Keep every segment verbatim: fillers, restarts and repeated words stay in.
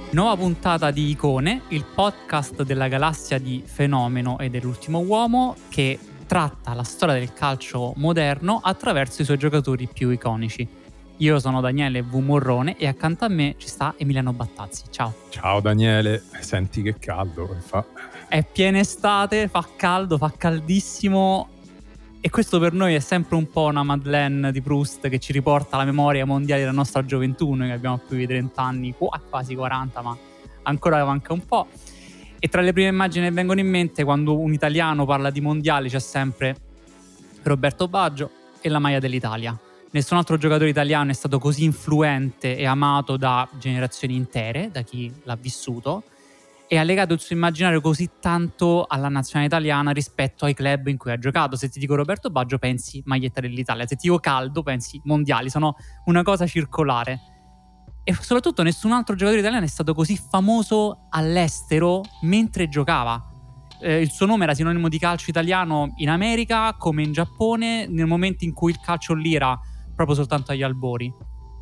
Nuova puntata di Icone, il podcast della galassia di Fenomeno e dell'Ultimo Uomo che tratta la storia del calcio moderno attraverso i suoi giocatori più iconici. Io sono Daniele V. Morrone e accanto a me ci sta Emiliano Battazzi. Ciao. Ciao Daniele, senti che caldo che fa. È piena estate, fa caldo, fa caldissimo e questo per noi è sempre un po' una Madeleine di Proust che ci riporta alla memoria mondiale della nostra gioventù, noi che abbiamo più di trenta anni, quasi quaranta, ma ancora manca un po'. E tra le prime immagini che vengono in mente quando un italiano parla di mondiali c'è sempre Roberto Baggio e la maglia dell'Italia. Nessun altro giocatore italiano è stato così influente e amato da generazioni intere, da chi l'ha vissuto, e ha legato il suo immaginario così tanto alla nazionale italiana rispetto ai club in cui ha giocato. Se ti dico Roberto Baggio pensi maglietta dell'Italia, se ti dico caldo pensi mondiali, sono una cosa circolare. E soprattutto nessun altro giocatore italiano è stato così famoso all'estero mentre giocava. Eh, il suo nome era sinonimo di calcio italiano in America come in Giappone nel momento in cui il calcio lì era proprio soltanto agli albori.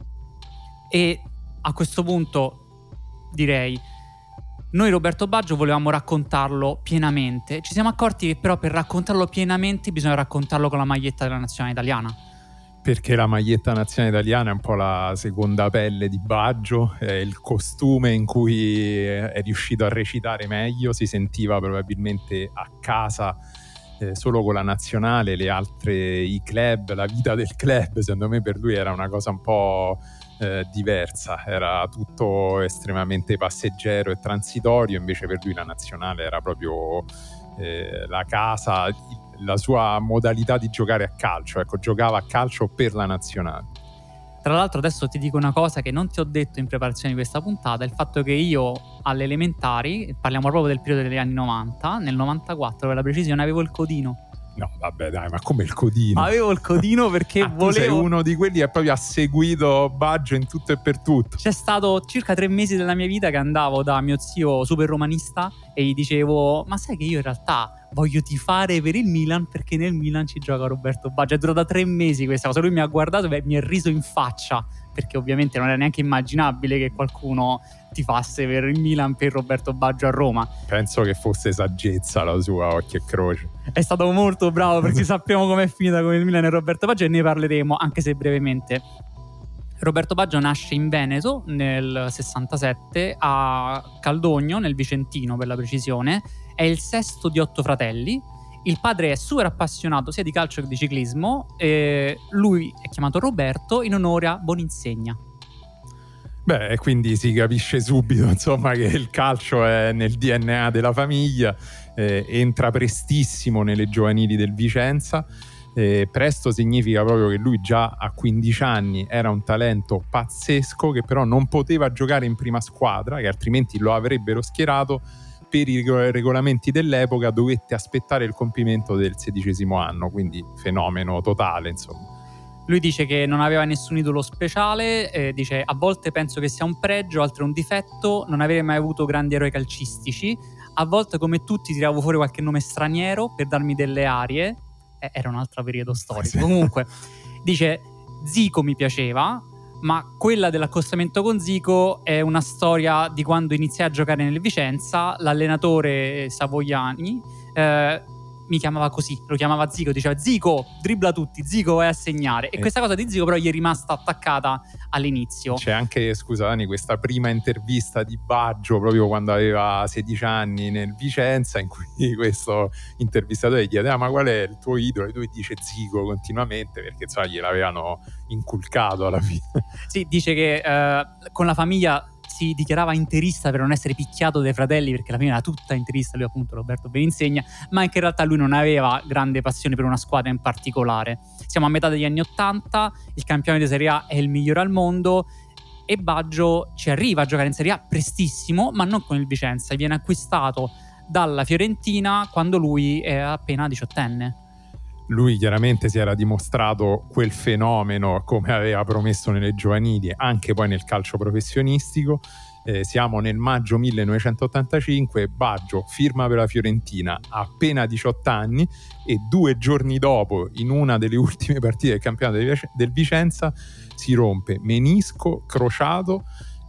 E a questo punto direi, noi Roberto Baggio volevamo raccontarlo pienamente. Ci siamo accorti che però per raccontarlo pienamente bisogna raccontarlo con la maglietta della nazionale italiana, perché la maglietta nazionale italiana è un po' la seconda pelle di Baggio, è il costume in cui è riuscito a recitare meglio, si sentiva probabilmente a casa eh, solo con la nazionale, le altre, i club, la vita del club, secondo me per lui era una cosa un po' eh, diversa, era tutto estremamente passeggero e transitorio, invece per lui la nazionale era proprio eh, la casa, la sua modalità di giocare a calcio, ecco, giocava a calcio per la nazionale. Tra l'altro adesso ti dico una cosa che non ti ho detto in preparazione di questa puntata, il fatto che io alle elementari, parliamo proprio del periodo degli anni novanta, nel novantaquattro per la precisione avevo il codino. No, vabbè, dai, ma come il codino? Avevo il codino perché ah, volevo... Tu sei uno di quelli che proprio ha seguito Baggio in tutto e per tutto. C'è stato circa tre mesi della mia vita che andavo da mio zio super romanista e gli dicevo: ma sai che io in realtà voglio tifare per il Milan perché nel Milan ci gioca Roberto Baggio. È durata tre mesi questa cosa, lui mi ha guardato e mi ha riso in faccia, perché ovviamente non era neanche immaginabile che qualcuno tifasse per il Milan per Roberto Baggio a Roma. Penso che fosse saggezza la sua, occhio e croce. È stato molto bravo, perché sappiamo com'è finita con il Milan e Roberto Baggio e ne parleremo anche se brevemente. Roberto Baggio nasce in Veneto nel sessantasette, a Caldogno nel Vicentino per la precisione. È il sesto di otto fratelli. Il padre è super appassionato sia di calcio che di ciclismo e lui è chiamato Roberto in onore a Boninsegna. Beh, quindi si capisce subito, insomma, che il calcio è nel D N A della famiglia, eh, entra prestissimo nelle giovanili del Vicenza. Eh, presto significa proprio che lui già a quindici anni era un talento pazzesco, che però non poteva giocare in prima squadra, che altrimenti lo avrebbero schierato. Per i regolamenti dell'epoca dovette aspettare il compimento del sedicesimo anno, quindi fenomeno totale, insomma. Lui dice che non aveva nessun idolo speciale, eh, dice: a volte penso che sia un pregio, altre un difetto, non avere mai avuto grandi eroi calcistici, a volte come tutti tiravo fuori qualche nome straniero per darmi delle arie, eh, era un altro periodo storico. Sì. Comunque dice: Zico mi piaceva, ma quella dell'accostamento con Zico è una storia di quando iniziai a giocare nel Vicenza. L'allenatore Savoiani eh, mi chiamava così, lo chiamava Zico, diceva: Zico, dribbla tutti, Zico vai a segnare. E eh. questa cosa di Zico però gli è rimasta attaccata all'inizio. C'è anche, scusa Dani, questa prima intervista di Baggio proprio quando aveva sedici anni nel Vicenza, in cui questo intervistatore gli chiedeva: ma qual è il tuo idolo? E lui dice Zico continuamente, perché insomma gliel'avevano inculcato alla fine. Sì, dice che eh, con la famiglia si dichiarava interista per non essere picchiato dai fratelli, perché la famiglia era tutta interista, lui appunto Roberto Beninsegna, ma anche in realtà lui non aveva grande passione per una squadra in particolare. Siamo a metà degli anni ottanta, il campione di Serie A è il migliore al mondo e Baggio ci arriva a giocare in Serie A prestissimo, ma non con il Vicenza, viene acquistato dalla Fiorentina quando lui è appena diciottenne. Lui chiaramente si era dimostrato quel fenomeno come aveva promesso nelle giovanili, anche poi nel calcio professionistico. Eh, siamo nel maggio millenovecentottantacinque, Baggio firma per la Fiorentina, ha appena diciotto anni e due giorni dopo, in una delle ultime partite del campionato del Vicenza, si rompe menisco, crociato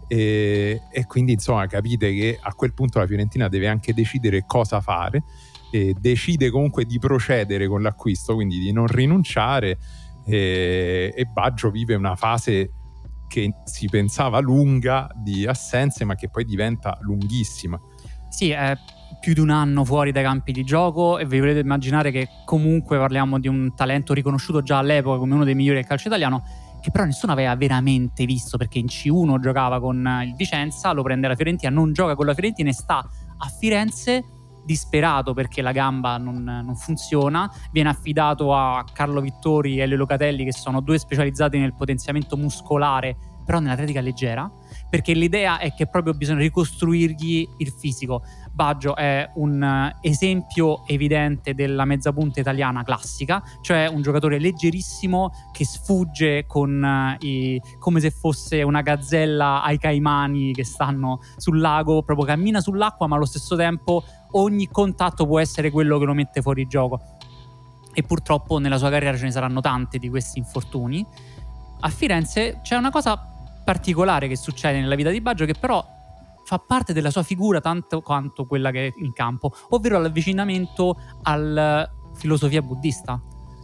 e, e quindi insomma capite che a quel punto la Fiorentina deve anche decidere cosa fare, e decide comunque di procedere con l'acquisto, quindi di non rinunciare, e, e Baggio vive una fase che si pensava lunga di assenze ma che poi diventa lunghissima. Sì, è più di un anno fuori dai campi di gioco, e vi volete immaginare che comunque parliamo di un talento riconosciuto già all'epoca come uno dei migliori del calcio italiano, che però nessuno aveva veramente visto, perché in C uno giocava con il Vicenza, lo prende la Fiorentina, non gioca con la Fiorentina e sta a Firenze disperato perché la gamba non, non funziona. Viene affidato a Carlo Vittori e Leo Locatelli, che sono due specializzati nel potenziamento muscolare però nell'atletica leggera, perché l'idea è che proprio bisogna ricostruirgli il fisico. Baggio è un esempio evidente della mezzapunta italiana classica, cioè un giocatore leggerissimo che sfugge con i, come se fosse una gazzella ai caimani che stanno sul lago, proprio cammina sull'acqua, ma allo stesso tempo ogni contatto può essere quello che lo mette fuori gioco. E purtroppo nella sua carriera ce ne saranno tanti di questi infortuni. A Firenze c'è una cosa particolare che succede nella vita di Baggio, che però fa parte della sua figura tanto quanto quella che è in campo, ovvero l'avvicinamento alla filosofia buddista.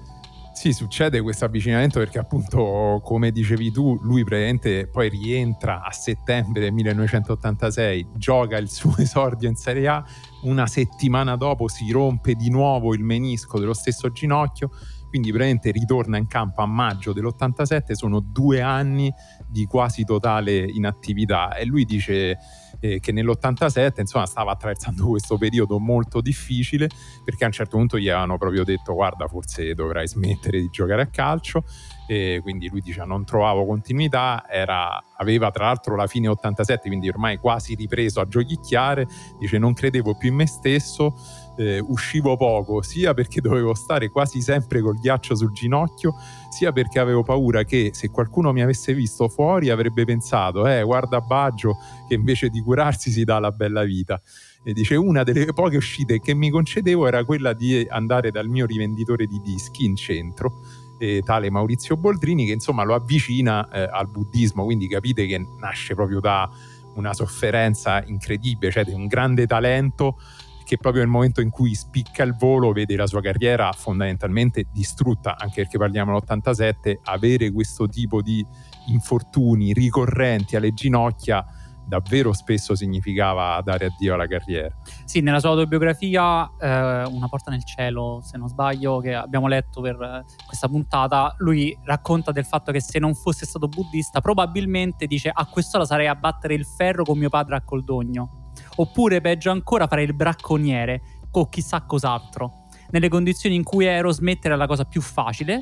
Sì, succede questo avvicinamento perché appunto, come dicevi tu, lui praticamente poi rientra a settembre del millenovecentottantasei, gioca il suo esordio in Serie A, una settimana dopo si rompe di nuovo il menisco dello stesso ginocchio, quindi praticamente ritorna in campo a maggio dell'ottantasette. Sono due anni di quasi totale inattività, e lui dice eh, che nell'ottantasette insomma stava attraversando questo periodo molto difficile, perché a un certo punto gli avevano proprio detto: guarda, forse dovrai smettere di giocare a calcio, e quindi lui dice: non trovavo continuità, era, aveva tra l'altro la fine ottantasette, quindi ormai quasi ripreso a giochicchiare, dice: non credevo più in me stesso, eh, uscivo poco, sia perché dovevo stare quasi sempre col ghiaccio sul ginocchio, sia perché avevo paura che se qualcuno mi avesse visto fuori avrebbe pensato: eh guarda Baggio che invece di curarsi si dà la bella vita. E dice: una delle poche uscite che mi concedevo era quella di andare dal mio rivenditore di dischi in centro, eh, tale Maurizio Boldrini, che insomma lo avvicina eh, al buddismo. Quindi capite che nasce proprio da una sofferenza incredibile, cioè di un grande talento che proprio nel momento in cui spicca il volo vede la sua carriera fondamentalmente distrutta, anche perché parliamo dell'ottantasette, avere questo tipo di infortuni ricorrenti alle ginocchia davvero spesso significava dare addio alla carriera. Sì, nella sua autobiografia eh, Una porta nel cielo, se non sbaglio, che abbiamo letto per eh, questa puntata, lui racconta del fatto che se non fosse stato buddista probabilmente, dice, a quest'ora sarei a battere il ferro con mio padre a Coldogno, oppure peggio ancora farei il bracconiere o chissà cos'altro. Nelle condizioni in cui ero, smettere è la cosa più facile,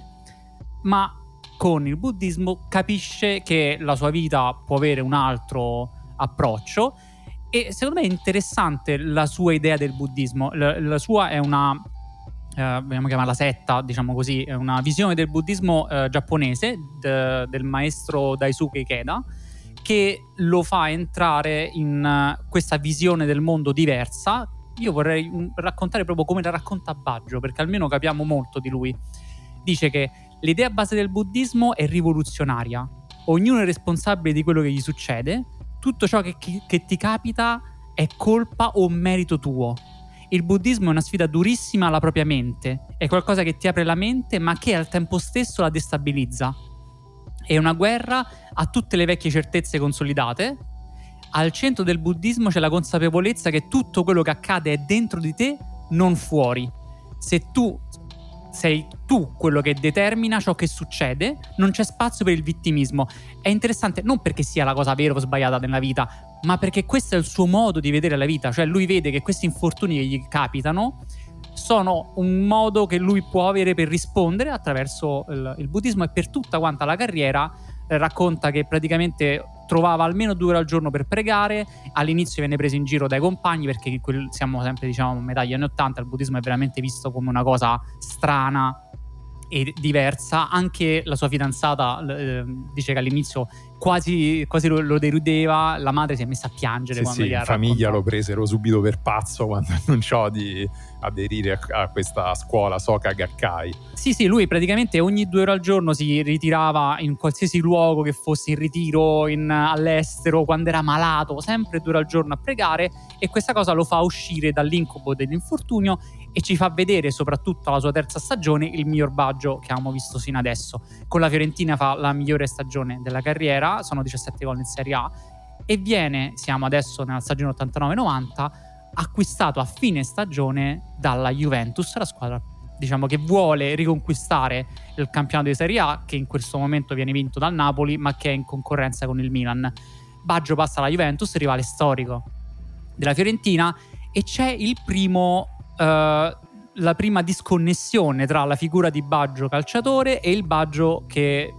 ma con il buddismo capisce che la sua vita può avere un altro approccio, e secondo me è interessante la sua idea del buddismo. La, la sua è una eh, vogliamo chiamarla setta, diciamo così, è una visione del buddismo eh, giapponese de, del maestro Daisuke Ikeda, che lo fa entrare in uh, questa visione del mondo diversa. Io vorrei um, raccontare proprio come la racconta Baggio, perché almeno capiamo molto di lui. Dice che l'idea base del buddismo è rivoluzionaria: ognuno è responsabile di quello che gli succede, tutto ciò che, che ti capita è colpa o merito tuo. Il buddismo è una sfida durissima alla propria mente, è qualcosa che ti apre la mente ma che al tempo stesso la destabilizza. È una guerra a tutte le vecchie certezze consolidate. Al centro del buddismo c'è la consapevolezza che tutto quello che accade è dentro di te, non fuori. Se tu sei tu quello che determina ciò che succede, non c'è spazio per il vittimismo. È interessante non perché sia la cosa vera o sbagliata nella vita, ma perché questo è il suo modo di vedere la vita. Cioè lui vede che questi infortuni che gli capitano sono un modo che lui può avere per rispondere attraverso il, il buddismo, e per tutta quanta la carriera eh, racconta che praticamente trovava almeno due ore al giorno per pregare. All'inizio venne preso in giro dai compagni perché quel, siamo sempre, diciamo, a metà degli anni ottanta, il buddismo è veramente visto come una cosa strana è diversa. Anche la sua fidanzata eh, dice che all'inizio quasi, quasi lo, lo derudeva. La madre si è messa a piangere sì, quando sì, gli ha in famiglia raccontato. lo presero subito per pazzo quando annunciò di aderire a, a questa scuola Soka Gakkai. Sì, sì, lui praticamente ogni due ore al giorno si ritirava in qualsiasi luogo che fosse, in ritiro, in, all'estero, quando era malato, sempre due ore al giorno a pregare, e questa cosa lo fa uscire dall'incubo dell'infortunio e ci fa vedere, soprattutto alla sua terza stagione, il miglior Baggio che abbiamo visto fino adesso. Con la Fiorentina fa la migliore stagione della carriera, sono diciassette gol in Serie A, e viene, siamo adesso nella stagione ottantanove novanta, acquistato a fine stagione dalla Juventus, la squadra diciamo che vuole riconquistare il campionato di Serie A, che in questo momento viene vinto dal Napoli ma che è in concorrenza con il Milan. Baggio passa alla Juventus, rivale storico della Fiorentina, e c'è il primo eh, la prima disconnessione tra la figura di Baggio calciatore e il Baggio che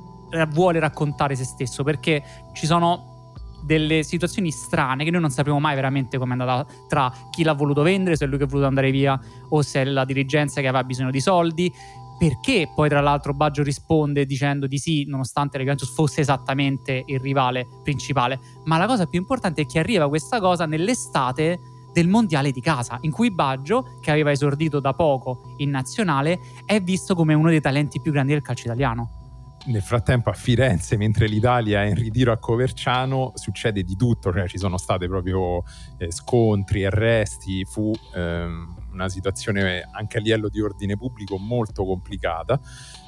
vuole raccontare se stesso, perché ci sono delle situazioni strane che noi non sapremo mai veramente com'è andata, tra chi l'ha voluto vendere, se è lui che è voluto andare via o se è la dirigenza che aveva bisogno di soldi, perché poi tra l'altro Baggio risponde dicendo di sì nonostante la Juventus fosse esattamente il rivale principale. Ma la cosa più importante è che arriva questa cosa nell'estate del mondiale di casa, in cui Baggio, che aveva esordito da poco in nazionale, è visto come uno dei talenti più grandi del calcio italiano. Nel frattempo a Firenze, mentre l'Italia è in ritiro a Coverciano, succede di tutto, cioè ci sono state proprio eh, scontri, arresti, fu ehm, una situazione anche a livello di ordine pubblico molto complicata,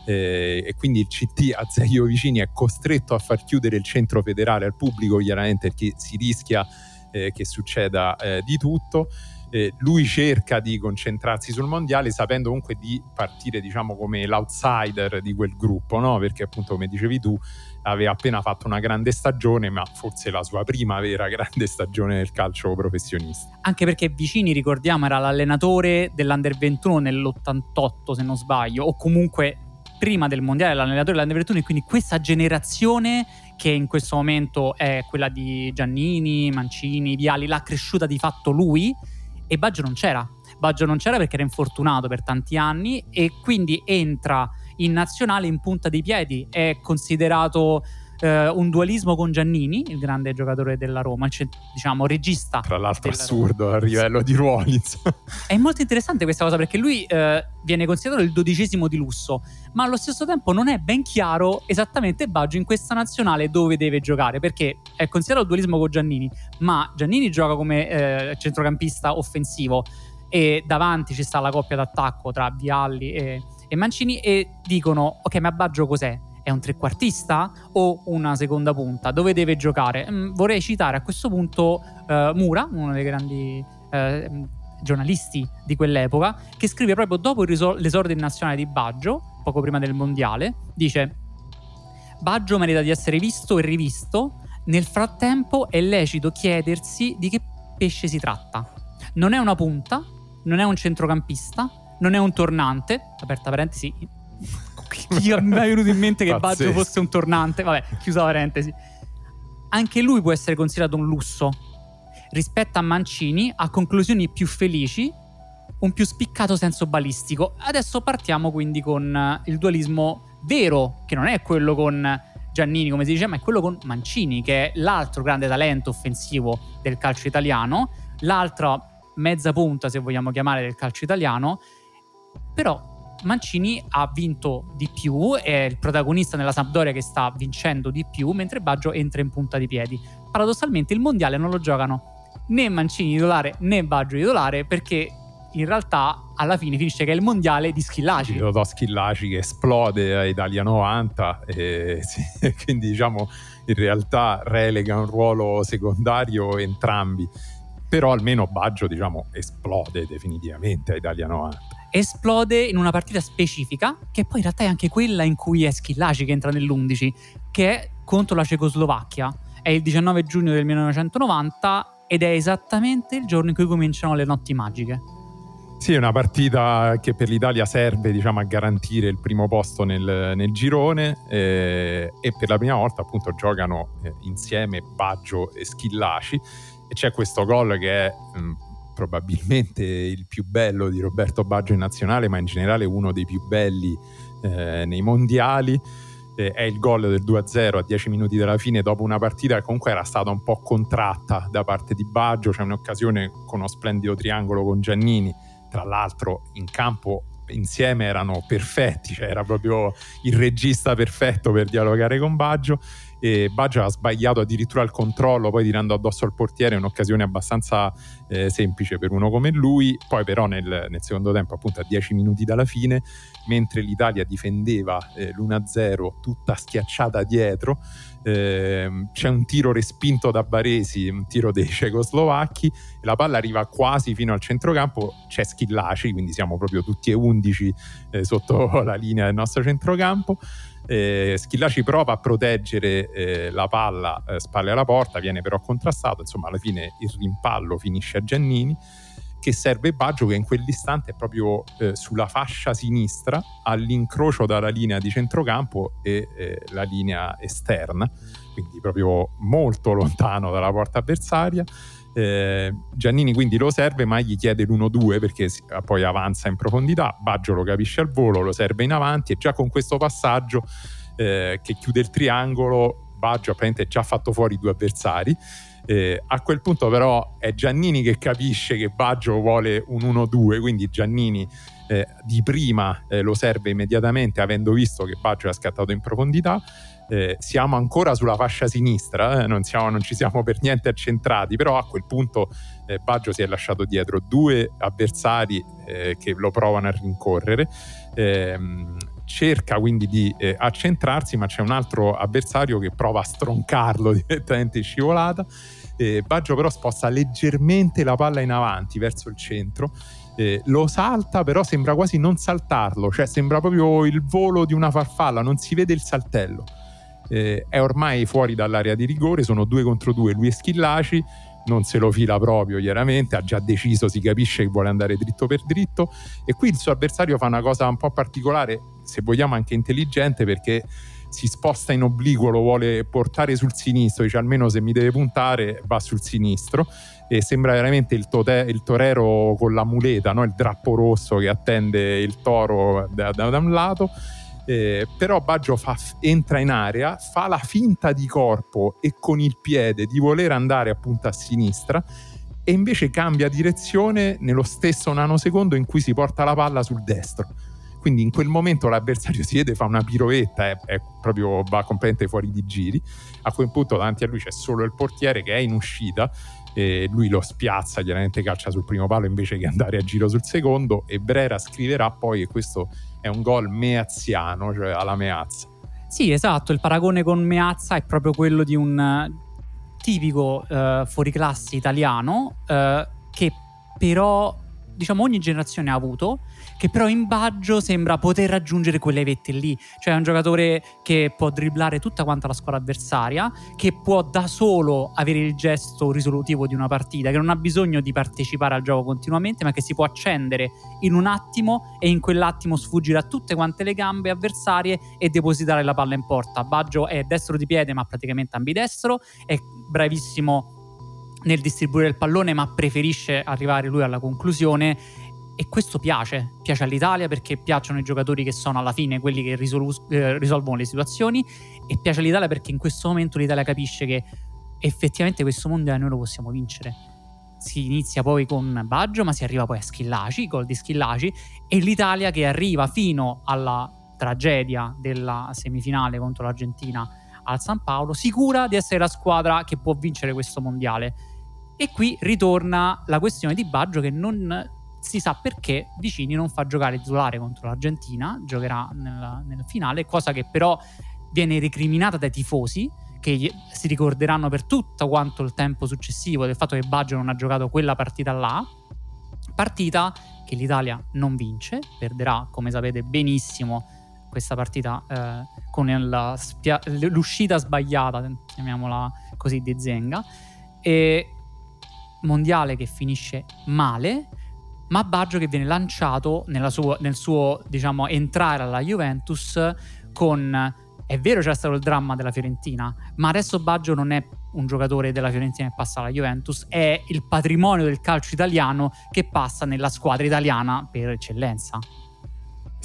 eh, e quindi il C T Azeglio Vicini è costretto a far chiudere il centro federale al pubblico, chiaramente perché si rischia eh, che succeda eh, di tutto. Eh, lui cerca di concentrarsi sul mondiale, sapendo comunque di partire, diciamo, come l'outsider di quel gruppo, no? Perché appunto, come dicevi tu, aveva appena fatto una grande stagione, ma forse la sua prima vera grande stagione nel calcio professionista. Anche perché Vicini, ricordiamo, era l'allenatore dell'Under ventuno nell'ottantotto, se non sbaglio, o comunque prima del mondiale l'allenatore dell'Under ventuno, e quindi questa generazione che in questo momento è quella di Giannini, Mancini, Vialli, l'ha cresciuta di fatto lui. E Baggio non c'era. Baggio non c'era perché era infortunato per tanti anni, e quindi entra in nazionale in punta di piedi. È considerato eh, un dualismo con Giannini, il grande giocatore della Roma, cioè, diciamo regista. Tra l'altro assurdo a livello di ruoli. È molto interessante questa cosa, perché lui eh, viene considerato il dodicesimo di lusso, ma allo stesso tempo non è ben chiaro esattamente Baggio in questa nazionale dove deve giocare, perché è considerato il dualismo con Giannini, ma Giannini gioca come eh, centrocampista offensivo e davanti ci sta la coppia d'attacco tra Vialli e, e Mancini, e dicono ok, ma Baggio cos'è? È un trequartista o una seconda punta? Dove deve giocare? Mm, vorrei citare a questo punto uh, Mura, uno dei grandi uh, giornalisti di quell'epoca, che scrive proprio dopo il risor- l'esordio in nazionale di Baggio, poco prima del mondiale, dice: Baggio merita di essere visto e rivisto, nel frattempo è lecito chiedersi di che pesce si tratta. Non è una punta, non è un centrocampista, non è un tornante, aperta parentesi, chi mi è venuto in mente che Pazzesco. Baggio fosse un tornante, vabbè, chiusa parentesi. Anche lui può essere considerato un lusso. Rispetto a Mancini ha conclusioni più felici, un più spiccato senso balistico. Adesso partiamo quindi con il dualismo vero, che non è quello con Giannini come si dice, ma è quello con Mancini, che è l'altro grande talento offensivo del calcio italiano, l'altra mezza punta, se vogliamo chiamare, del calcio italiano. Però Mancini ha vinto di più, è il protagonista nella Sampdoria che sta vincendo di più, mentre Baggio entra in punta di piedi. Paradossalmente il mondiale non lo giocano né Mancini titolare né Baggio titolare, perché in realtà alla fine finisce che è il mondiale di Schillaci. Totò Schillaci che esplode a Italia novanta, e sì, quindi diciamo in realtà relega un ruolo secondario entrambi. Però almeno Baggio, diciamo, esplode definitivamente a Italia novanta. Esplode in una partita specifica, che poi in realtà è anche quella in cui è Schillaci che entra nell'undici, che è contro la Cecoslovacchia. È il diciannove giugno del millenovecentonovanta ed è esattamente il giorno in cui cominciano le notti magiche. Sì, è una partita che per l'Italia serve, diciamo, a garantire il primo posto nel, nel girone, eh, e per la prima volta appunto giocano eh, insieme Baggio e Schillaci, e c'è questo gol che è mh, probabilmente il più bello di Roberto Baggio in nazionale, ma in generale uno dei più belli eh, nei mondiali. Eh, è il gol del due a zero a dieci minuti dalla fine, dopo una partita che comunque era stata un po' contratta da parte di Baggio. C'è un'occasione con uno splendido triangolo con Giannini, tra l'altro in campo insieme erano perfetti, cioè era proprio il regista perfetto per dialogare con Baggio, e Baggio ha sbagliato addirittura il controllo poi tirando addosso al portiere, un'occasione abbastanza eh, semplice per uno come lui. Poi però nel, nel secondo tempo, appunto a dieci minuti dalla fine, mentre l'Italia difendeva eh, l'uno a zero tutta schiacciata dietro, eh, c'è un tiro respinto da Baresi, un tiro dei cecoslovacchi, la palla arriva quasi fino al centrocampo, c'è Schillaci, quindi siamo proprio tutti e undici eh, sotto la linea del nostro centrocampo. Eh, Schillaci prova a proteggere eh, la palla eh, spalle alla porta, viene però contrastato, insomma alla fine il rimpallo finisce a Giannini, che serve Baggio, che in quell'istante è proprio eh, sulla fascia sinistra all'incrocio dalla linea di centrocampo e eh, la linea esterna, quindi proprio molto lontano dalla porta avversaria. Eh, Giannini quindi lo serve, ma gli chiede l'uno due perché si, poi avanza in profondità. Baggio lo capisce al volo, lo serve in avanti, e già con questo passaggio eh, che chiude il triangolo, Baggio apparentemente ha già fatto fuori i due avversari. Eh, a quel punto però è Giannini che capisce che Baggio vuole un uno due, quindi Giannini eh, di prima eh, lo serve immediatamente, avendo visto che Baggio è scattato in profondità. Eh, siamo ancora sulla fascia sinistra, eh, non, siamo, non ci siamo per niente accentrati, però a quel punto eh, Baggio si è lasciato dietro due avversari eh, che lo provano a rincorrere, eh, cerca quindi di eh, accentrarsi, ma c'è un altro avversario che prova a stroncarlo direttamente in scivolata. eh, Baggio però sposta leggermente la palla in avanti verso il centro, Eh, lo salta, però sembra quasi non saltarlo, cioè sembra proprio il volo di una farfalla, non si vede il saltello. Eh, è ormai fuori dall'area di rigore, sono due contro due lui e Schillaci, non se lo fila proprio chiaramente, ha già deciso, si capisce che vuole andare dritto per dritto, e qui il suo avversario fa una cosa un po' particolare, se vogliamo anche intelligente, perché si sposta in obliquo, lo vuole portare sul sinistro, dice almeno se mi deve puntare va sul sinistro, e sembra veramente il, tote, il torero con la muleta, no? Il drappo rosso che attende il toro da, da, da un lato. Eh, però Baggio fa, entra in area, fa la finta di corpo e con il piede di voler andare appunto a sinistra, e invece cambia direzione nello stesso nanosecondo in cui si porta la palla sul destro. Quindi in quel momento l'avversario si vede, fa una piroetta, è, è proprio, va completamente fuori di giri. A quel punto davanti a lui c'è solo il portiere che è in uscita, e lui lo spiazza, chiaramente calcia sul primo palo invece che andare a giro sul secondo, e Brera scriverà poi che questo è un gol meazziano, cioè alla Meazza. Sì, esatto, il paragone con Meazza è proprio quello di un tipico uh, fuoriclasse italiano uh, che però, diciamo, ogni generazione ha avuto, che però in Baggio sembra poter raggiungere quelle vette lì, cioè è un giocatore che può dribblare tutta quanta la squadra avversaria, che può da solo avere il gesto risolutivo di una partita, che non ha bisogno di partecipare al gioco continuamente, ma che si può accendere in un attimo e in quell'attimo sfuggire a tutte quante le gambe avversarie e depositare la palla in porta. Baggio è destro di piede ma praticamente ambidestro, è bravissimo nel distribuire il pallone, ma preferisce arrivare lui alla conclusione, e questo piace piace all'Italia, perché piacciono i giocatori che sono alla fine quelli che risolu- eh, risolvono le situazioni, e piace all'Italia perché in questo momento l'Italia capisce che effettivamente questo mondiale noi lo possiamo vincere. Si inizia poi con Baggio, ma si arriva poi a Schillaci, gol di Schillaci, e l'Italia che arriva fino alla tragedia della semifinale contro l'Argentina al San Paolo, sicura di essere la squadra che può vincere questo mondiale. E qui ritorna la questione di Baggio, che non si sa perché Vicini non fa giocare il titolare contro l'Argentina, giocherà nel, nel finale, cosa che però viene recriminata dai tifosi, che si ricorderanno per tutto quanto il tempo successivo del fatto che Baggio non ha giocato quella partita là, partita che l'Italia non vince, perderà, come sapete benissimo, questa partita eh, con il, spia- l'uscita sbagliata, chiamiamola così, di Zenga, e mondiale che finisce male, ma Baggio che viene lanciato nella sua, nel suo, diciamo, entrare alla Juventus con, è vero c'era stato il dramma della Fiorentina, ma adesso Baggio non è un giocatore della Fiorentina che passa alla Juventus, è il patrimonio del calcio italiano che passa nella squadra italiana per eccellenza.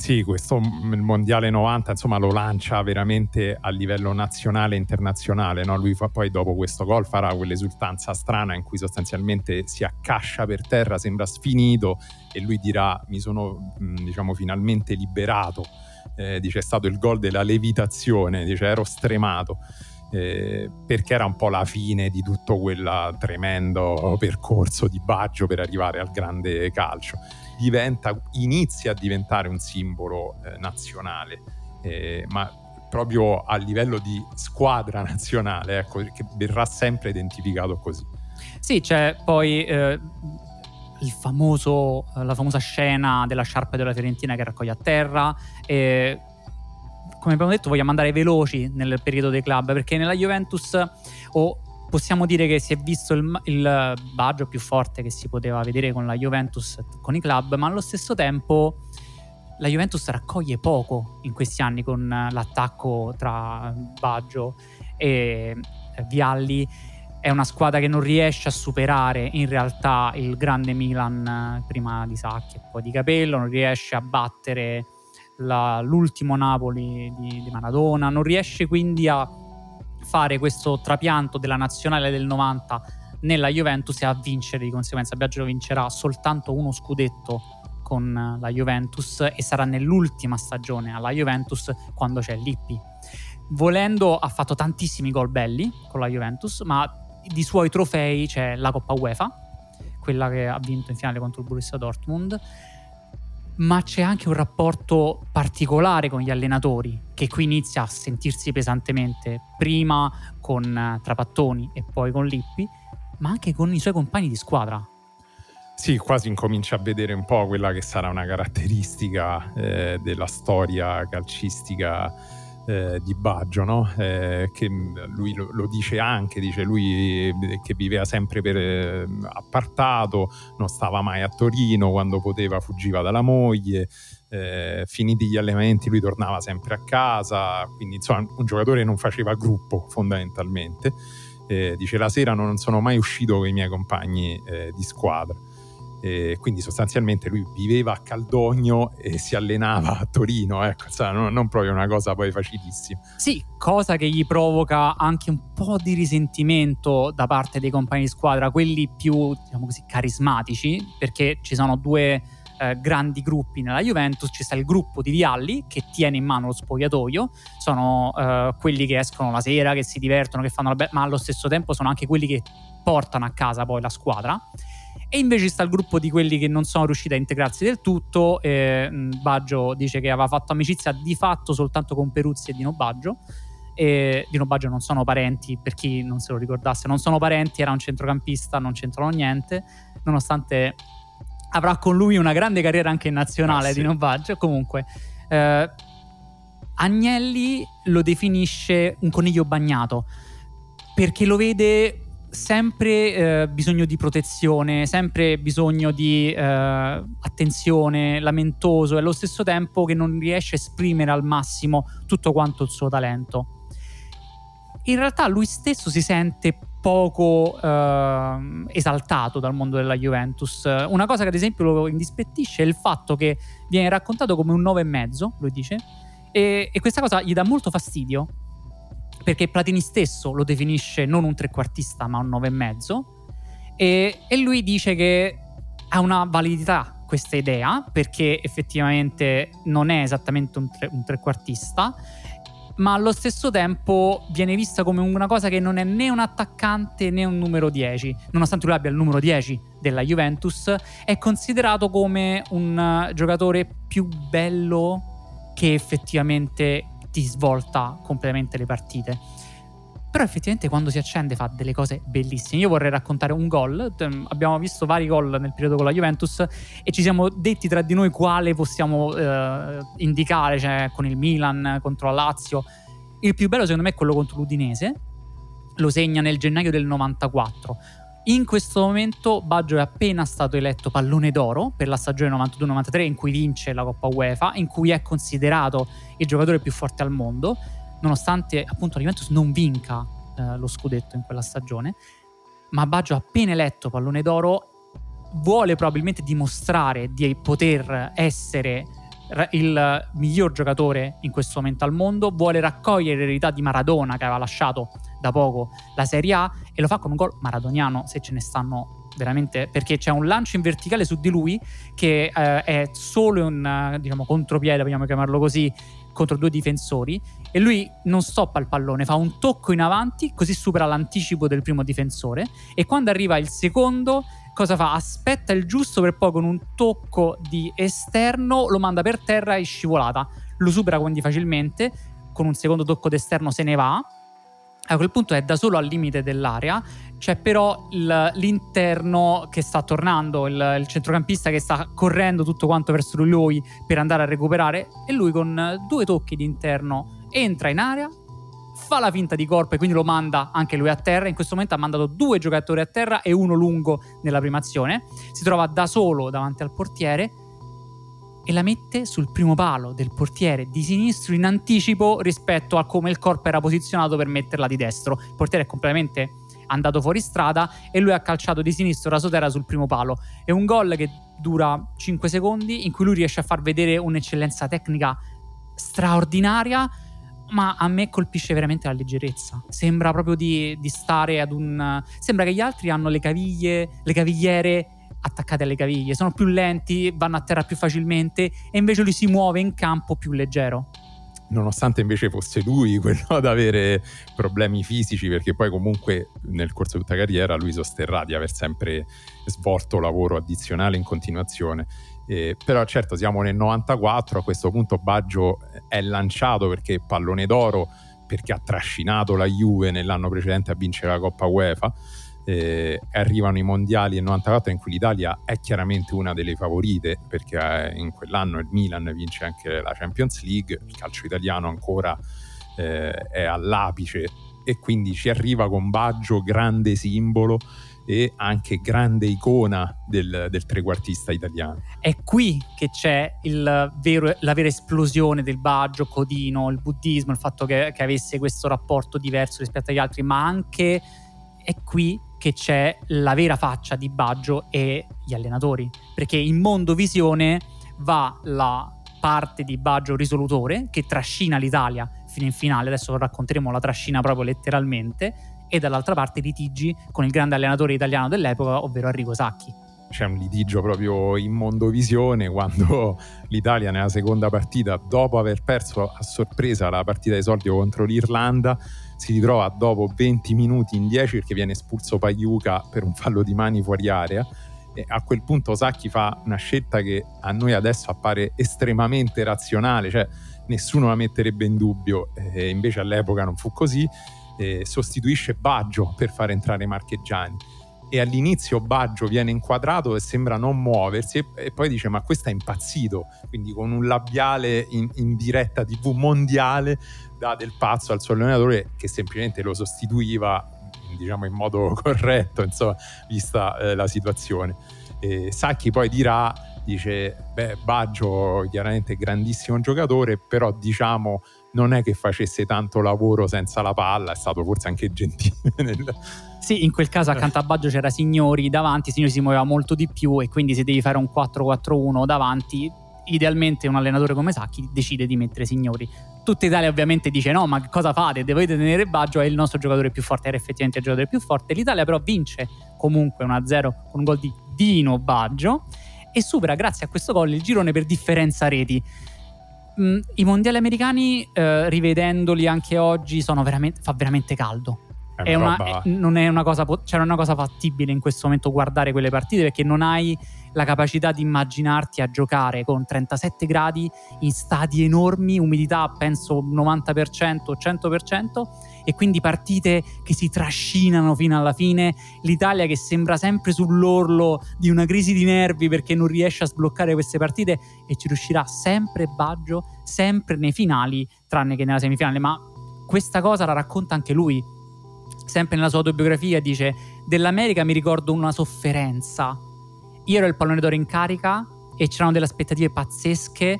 Sì, questo il mondiale novanta insomma lo lancia veramente a livello nazionale e internazionale, no? Lui fa, poi dopo questo gol farà quell'esultanza strana in cui sostanzialmente si accascia per terra, sembra sfinito, e lui dirà: mi sono diciamo finalmente liberato, eh, dice è stato il gol della levitazione, dice ero stremato. Eh, perché era un po' la fine di tutto quel tremendo percorso di Baggio per arrivare al grande calcio. Diventa, inizia a diventare un simbolo eh, nazionale, eh, ma proprio a livello di squadra nazionale, ecco, che verrà sempre identificato così. Sì, c'è poi eh, il famoso, la famosa scena della sciarpa della Fiorentina che raccoglie a terra, e come abbiamo detto vogliamo andare veloci nel periodo dei club, perché nella Juventus o possiamo dire che si è visto il, il Baggio più forte che si poteva vedere con la Juventus, con i club, ma allo stesso tempo la Juventus raccoglie poco in questi anni con l'attacco tra Baggio e Vialli. È una squadra che non riesce a superare in realtà il grande Milan prima di Sacchi e poi di Capello, non riesce a battere La, l'ultimo Napoli di, di Maradona, non riesce quindi a fare questo trapianto della nazionale del novanta nella Juventus e a vincere di conseguenza. Baggio vincerà soltanto uno scudetto con la Juventus e sarà nell'ultima stagione alla Juventus quando c'è Lippi. Volendo ha fatto tantissimi gol belli con la Juventus, ma di suoi trofei c'è la Coppa UEFA, quella che ha vinto in finale contro il Borussia Dortmund, ma c'è anche un rapporto particolare con gli allenatori che qui inizia a sentirsi pesantemente, prima con Trapattoni e poi con Lippi, ma anche con i suoi compagni di squadra. Sì, quasi incomincia a vedere un po' quella che sarà una caratteristica eh, della storia calcistica eh, di Baggio, no? Eh, che lui lo, lo dice anche, dice lui che viveva sempre per eh, appartato, non stava mai a Torino, quando poteva fuggiva dalla moglie, eh, finiti gli allenamenti lui tornava sempre a casa, quindi insomma un giocatore che non faceva gruppo fondamentalmente. Eh, dice la sera non sono mai uscito con i miei compagni eh, di squadra. E quindi sostanzialmente lui viveva a Caldogno e si allenava a Torino, ecco, non, non proprio una cosa poi facilissima. Sì, cosa che gli provoca anche un po' di risentimento da parte dei compagni di squadra, quelli più, diciamo così, carismatici, perché ci sono due eh, grandi gruppi nella Juventus. Ci sta il gruppo di Vialli che tiene in mano lo spogliatoio, sono eh, quelli che escono la sera, che si divertono, che fanno la be- ma allo stesso tempo sono anche quelli che portano a casa poi la squadra. E invece sta il gruppo di quelli che non sono riusciti a integrarsi del tutto. eh, Baggio dice che aveva fatto amicizia di fatto soltanto con Peruzzi e Dino Baggio. E Dino Baggio non sono parenti, per chi non se lo ricordasse, non sono parenti, era un centrocampista, non c'entrano niente, nonostante avrà con lui una grande carriera anche in nazionale. ah, sì. Dino Baggio comunque eh, Agnelli lo definisce un coniglio bagnato, perché lo vede sempre eh, bisogno di protezione, sempre bisogno di eh, attenzione, lamentoso, e allo stesso tempo che non riesce a esprimere al massimo tutto quanto il suo talento. In realtà lui stesso si sente poco eh, esaltato dal mondo della Juventus. Una cosa che ad esempio lo indispettisce è il fatto che viene raccontato come un nove e mezzo, lui dice, e, e questa cosa gli dà molto fastidio, perché Platini stesso lo definisce non un trequartista ma un nove e mezzo, e, e lui dice che ha una validità questa idea, perché effettivamente non è esattamente un, tre, un trequartista, ma allo stesso tempo viene vista come una cosa che non è né un attaccante né un numero dieci. Nonostante lui abbia il numero dieci della Juventus, è considerato come un giocatore più bello che effettivamente ti svolta completamente le partite. Però effettivamente quando si accende fa delle cose bellissime. Io vorrei raccontare un gol. Abbiamo visto vari gol nel periodo con la Juventus e ci siamo detti tra di noi quale possiamo eh, indicare, cioè con il Milan contro la Lazio. Il più bello secondo me è quello contro l'Udinese, lo segna nel gennaio del novantaquattro. In questo momento Baggio è appena stato eletto pallone d'oro per la stagione novantadue novantatré, in cui vince la Coppa UEFA, in cui è considerato il giocatore più forte al mondo, nonostante appunto la Juventus non vinca eh, lo scudetto in quella stagione. Ma Baggio, appena eletto pallone d'oro, vuole probabilmente dimostrare di poter essere il miglior giocatore in questo momento al mondo, vuole raccogliere l'eredità di Maradona che aveva lasciato da poco la Serie A, e lo fa con un gol maradoniano, se ce ne stanno veramente, perché c'è un lancio in verticale su di lui che eh, è solo un, diciamo, contropiede, vogliamo chiamarlo così, contro due difensori, e lui non stoppa il pallone, fa un tocco in avanti, così supera l'anticipo del primo difensore, e quando arriva il secondo cosa fa? Aspetta il giusto per poi con un tocco di esterno lo manda per terra e scivolata, lo supera quindi facilmente, con un secondo tocco d'esterno se ne va. A quel punto è da solo al limite dell'area, c'è però il, l'interno che sta tornando, il, il centrocampista che sta correndo tutto quanto verso lui per andare a recuperare, e lui con due tocchi di interno entra in area, fa la finta di corpo e quindi lo manda anche lui a terra. In questo momento ha mandato due giocatori a terra e uno lungo nella prima azione, si trova da solo davanti al portiere e la mette sul primo palo del portiere di sinistro in anticipo rispetto a come il corpo era posizionato per metterla di destro. Il portiere è completamente andato fuori strada e lui ha calciato di sinistro rasoterra sul primo palo. È un gol che dura cinque secondi, in cui lui riesce a far vedere un'eccellenza tecnica straordinaria, ma a me colpisce veramente la leggerezza. Sembra proprio di, di stare ad un... Sembra che gli altri hanno le caviglie, le cavigliere attaccate alle caviglie, sono più lenti, vanno a terra più facilmente, e invece lui si muove in campo più leggero. Nonostante invece fosse lui quello ad avere problemi fisici, perché poi comunque nel corso di tutta la carriera lui sosterrà di aver sempre svolto lavoro addizionale in continuazione. Eh, però certo siamo nel novantaquattro, a questo punto Baggio è lanciato perché pallone d'oro, perché ha trascinato la Juve nell'anno precedente a vincere la Coppa UEFA. Eh, arrivano i mondiali del novantaquattro in cui l'Italia è chiaramente una delle favorite, perché eh, in quell'anno il Milan vince anche la Champions League, il calcio italiano ancora eh, è all'apice, e quindi ci arriva con Baggio grande simbolo e anche grande icona del, del trequartista italiano. È qui che c'è il vero, la vera esplosione del Baggio, Codino, il buddismo, il fatto che, che avesse questo rapporto diverso rispetto agli altri, ma anche è qui che c'è la vera faccia di Baggio e gli allenatori, perché in Mondovisione va la parte di Baggio risolutore che trascina l'Italia fino in finale, adesso racconteremo la trascina proprio letteralmente, e dall'altra parte litigi con il grande allenatore italiano dell'epoca, ovvero Arrigo Sacchi. C'è un litigio proprio in Mondovisione quando l'Italia nella seconda partita, dopo aver perso a sorpresa la partita di esordio contro l'Irlanda, si ritrova dopo venti minuti in dieci perché viene espulso Pagliuca per un fallo di mani fuori area, e a quel punto Sacchi fa una scelta che a noi adesso appare estremamente razionale, cioè nessuno la metterebbe in dubbio, e invece all'epoca non fu così. E sostituisce Baggio per far entrare Marchegiani, e all'inizio Baggio viene inquadrato e sembra non muoversi, e, e poi dice: ma questo è impazzito, quindi con un labiale in, in diretta tivù mondiale dà del pazzo al suo allenatore, che semplicemente lo sostituiva, diciamo, in modo corretto, insomma, vista eh, la situazione. E Sacchi poi dirà, dice: beh, Baggio chiaramente grandissimo giocatore, però diciamo non è che facesse tanto lavoro senza la palla, è stato forse anche gentile nel... Sì, in quel caso accanto a Baggio c'era Signori davanti, Signori si muoveva molto di più, e quindi se devi fare un quattro quattro uno davanti, idealmente un allenatore come Sacchi decide di mettere Signori. Tutta Italia ovviamente dice: no, ma cosa fate? Dovete tenere Baggio, è il nostro giocatore più forte. Era effettivamente il giocatore più forte. L'Italia però vince comunque uno a zero con un gol di Dino Baggio e supera grazie a questo gol il girone per differenza reti. Mm, i mondiali americani, eh, rivedendoli anche oggi, sono veramente, fa veramente caldo. È è una una, roba... è, non è una cosa, cioè non è una cosa fattibile in questo momento guardare quelle partite, perché non hai la capacità di immaginarti a giocare con trentasette gradi in stadi enormi, umidità penso novanta per cento, cento per cento, e quindi partite che si trascinano fino alla fine, l'Italia che sembra sempre sull'orlo di una crisi di nervi perché non riesce a sbloccare queste partite, e ci riuscirà sempre Baggio, sempre nei finali, tranne che nella semifinale. Ma questa cosa la racconta anche lui sempre nella sua autobiografia, dice: dell'America mi ricordo una sofferenza, io ero il pallone d'oro in carica e c'erano delle aspettative pazzesche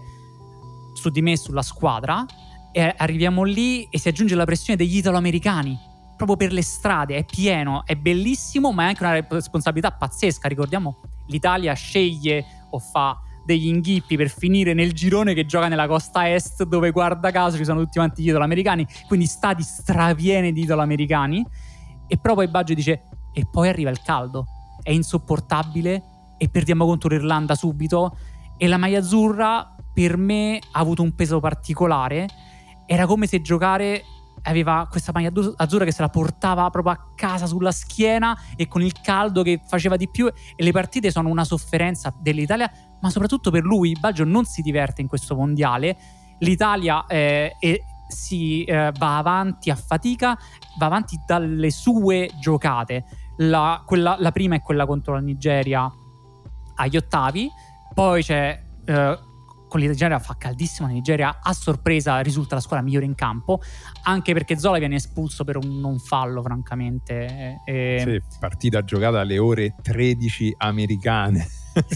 su di me e sulla squadra, e arriviamo lì e si aggiunge la pressione degli italo-americani proprio per le strade, è pieno, è bellissimo, ma è anche una responsabilità pazzesca. Ricordiamo, l'Italia sceglie o fa degli inghippi per finire nel girone che gioca nella costa est, dove guarda caso ci sono tutti quanti gli italo-americani, quindi stati strapieni di italo-americani. E però poi Baggio dice: e poi arriva il caldo, è insopportabile e perdiamo contro l'Irlanda subito. E la maglia azzurra per me ha avuto un peso particolare, era come se giocare, aveva questa maglia azzurra che se la portava proprio a casa sulla schiena, e con il caldo che faceva di più, e le partite sono una sofferenza dell'Italia, ma soprattutto per lui. Baggio non si diverte in questo mondiale, l'Italia eh, è, si eh, va avanti a fatica, va avanti dalle sue giocate. La, quella, la prima è quella contro la Nigeria agli ottavi, poi c'è eh, con la Nigeria fa caldissimo, la Nigeria a sorpresa risulta la squadra migliore in campo, anche perché Zola viene espulso per un non fallo, francamente. E... Sì, partita giocata alle ore tredici americane.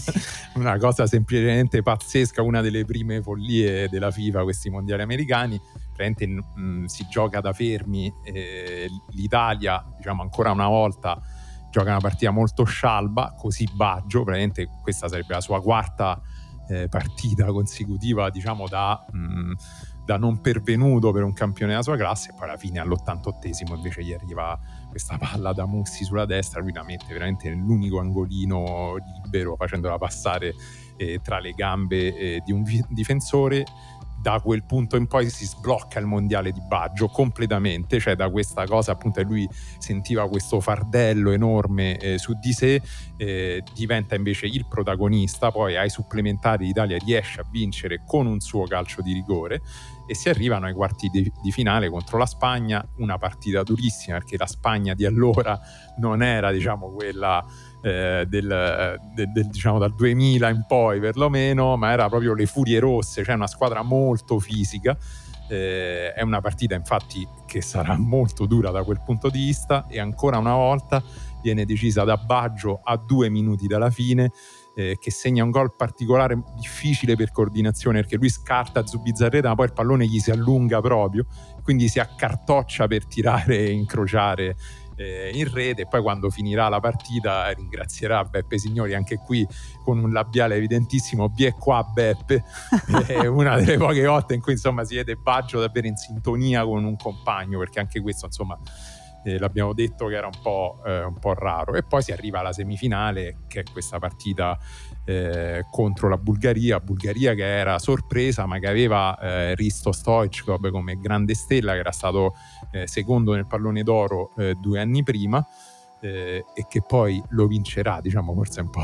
Una cosa semplicemente pazzesca, una delle prime follie della FIFA, questi mondiali americani. Praticamente mh, si gioca da fermi, eh, l'Italia, diciamo, ancora una volta gioca una partita molto scialba, così Baggio, praticamente questa sarebbe la sua quarta eh, partita consecutiva, diciamo, da, mh, da non pervenuto per un campione della sua classe, e poi alla fine all'ottantottesimo invece gli arriva questa palla da Mussi sulla destra, lui la mette veramente nell'unico angolino libero, facendola passare eh, tra le gambe eh, di un vi- difensore. Da quel punto in poi si sblocca il mondiale di Baggio completamente, cioè da questa cosa appunto, lui sentiva questo fardello enorme eh, su di sé, eh, diventa invece il protagonista. Poi ai supplementari l'Italia riesce a vincere con un suo calcio di rigore e si arrivano ai quarti di, di finale contro la Spagna, una partita durissima perché la Spagna di allora non era, diciamo, quella eh, del, del, del diciamo dal duemila in poi perlomeno, ma era proprio le Furie Rosse, cioè una squadra molto fisica. Eh, è una partita infatti che sarà molto dura da quel punto di vista, e ancora una volta viene decisa da Baggio a due minuti dalla fine, eh, che segna un gol particolare difficile per coordinazione, perché lui scarta Zubizarreta ma poi il pallone gli si allunga proprio, quindi si accartoccia per tirare e incrociare eh, in rete, e poi quando finirà la partita ringrazierà Beppe Signori, anche qui con un labiale evidentissimo: "Vie qua Beppe". È una delle poche volte in cui insomma si vede Baggio davvero in sintonia con un compagno, perché anche questo insomma eh, l'abbiamo detto che era un po', eh, un po' raro. E poi si arriva alla semifinale, che è questa partita eh, contro la Bulgaria Bulgaria che era sorpresa, ma che aveva eh, Risto Stoichkov come grande stella, che era stato eh, secondo nel pallone d'oro eh, due anni prima, eh, e che poi lo vincerà, diciamo forse un po'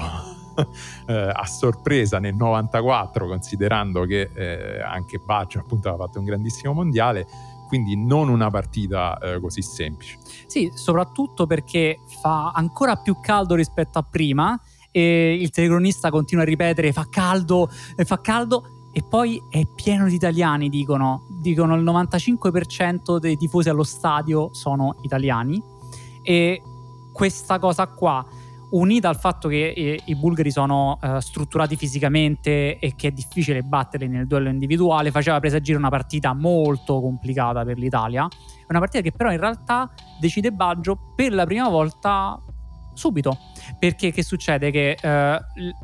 eh, a sorpresa nel novantaquattro, considerando che eh, anche Baggio appunto aveva fatto un grandissimo mondiale. Quindi non una partita eh, così semplice. Sì, soprattutto perché fa ancora più caldo rispetto a prima, e il telecronista continua a ripetere fa caldo, fa caldo, e poi è pieno di italiani, dicono. Dicono il novantacinque per cento dei tifosi allo stadio sono italiani, e questa cosa qua, unita al fatto che eh, i bulgari sono eh, strutturati fisicamente e che è difficile batterli nel duello individuale, faceva presagire una partita molto complicata per l'Italia. Una partita che però in realtà decide Baggio per la prima volta subito, perché che succede? Che eh,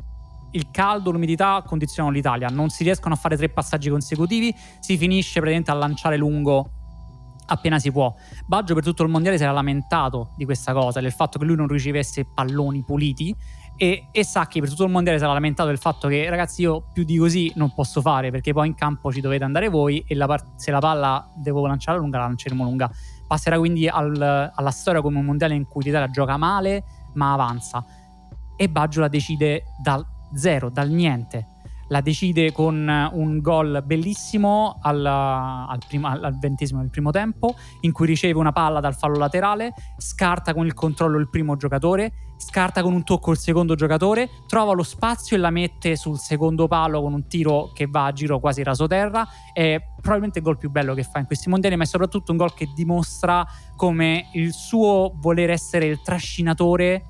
il caldo, l'umidità condizionano l'Italia, non si riescono a fare tre passaggi consecutivi, si finisce praticamente a lanciare lungo appena si può. Baggio per tutto il mondiale si era lamentato di questa cosa, del fatto che lui non ricevesse palloni puliti, e, e Sacchi per tutto il mondiale si era lamentato del fatto che ragazzi io più di così non posso fare, perché poi in campo ci dovete andare voi, e la part- se la palla devo lanciare lunga la lanceremo lunga. Passerà quindi al, alla storia come un mondiale in cui l'Italia gioca male ma avanza, e Baggio la decide dal zero, dal niente. La decide con un gol bellissimo al, al, primo, al ventesimo del primo tempo, in cui riceve una palla dal fallo laterale, scarta con il controllo il primo giocatore, scarta con un tocco il secondo giocatore, trova lo spazio e la mette sul secondo palo con un tiro che va a giro quasi rasoterra. È probabilmente il gol più bello che fa in questi mondiali, ma è soprattutto un gol che dimostra come il suo voler essere il trascinatore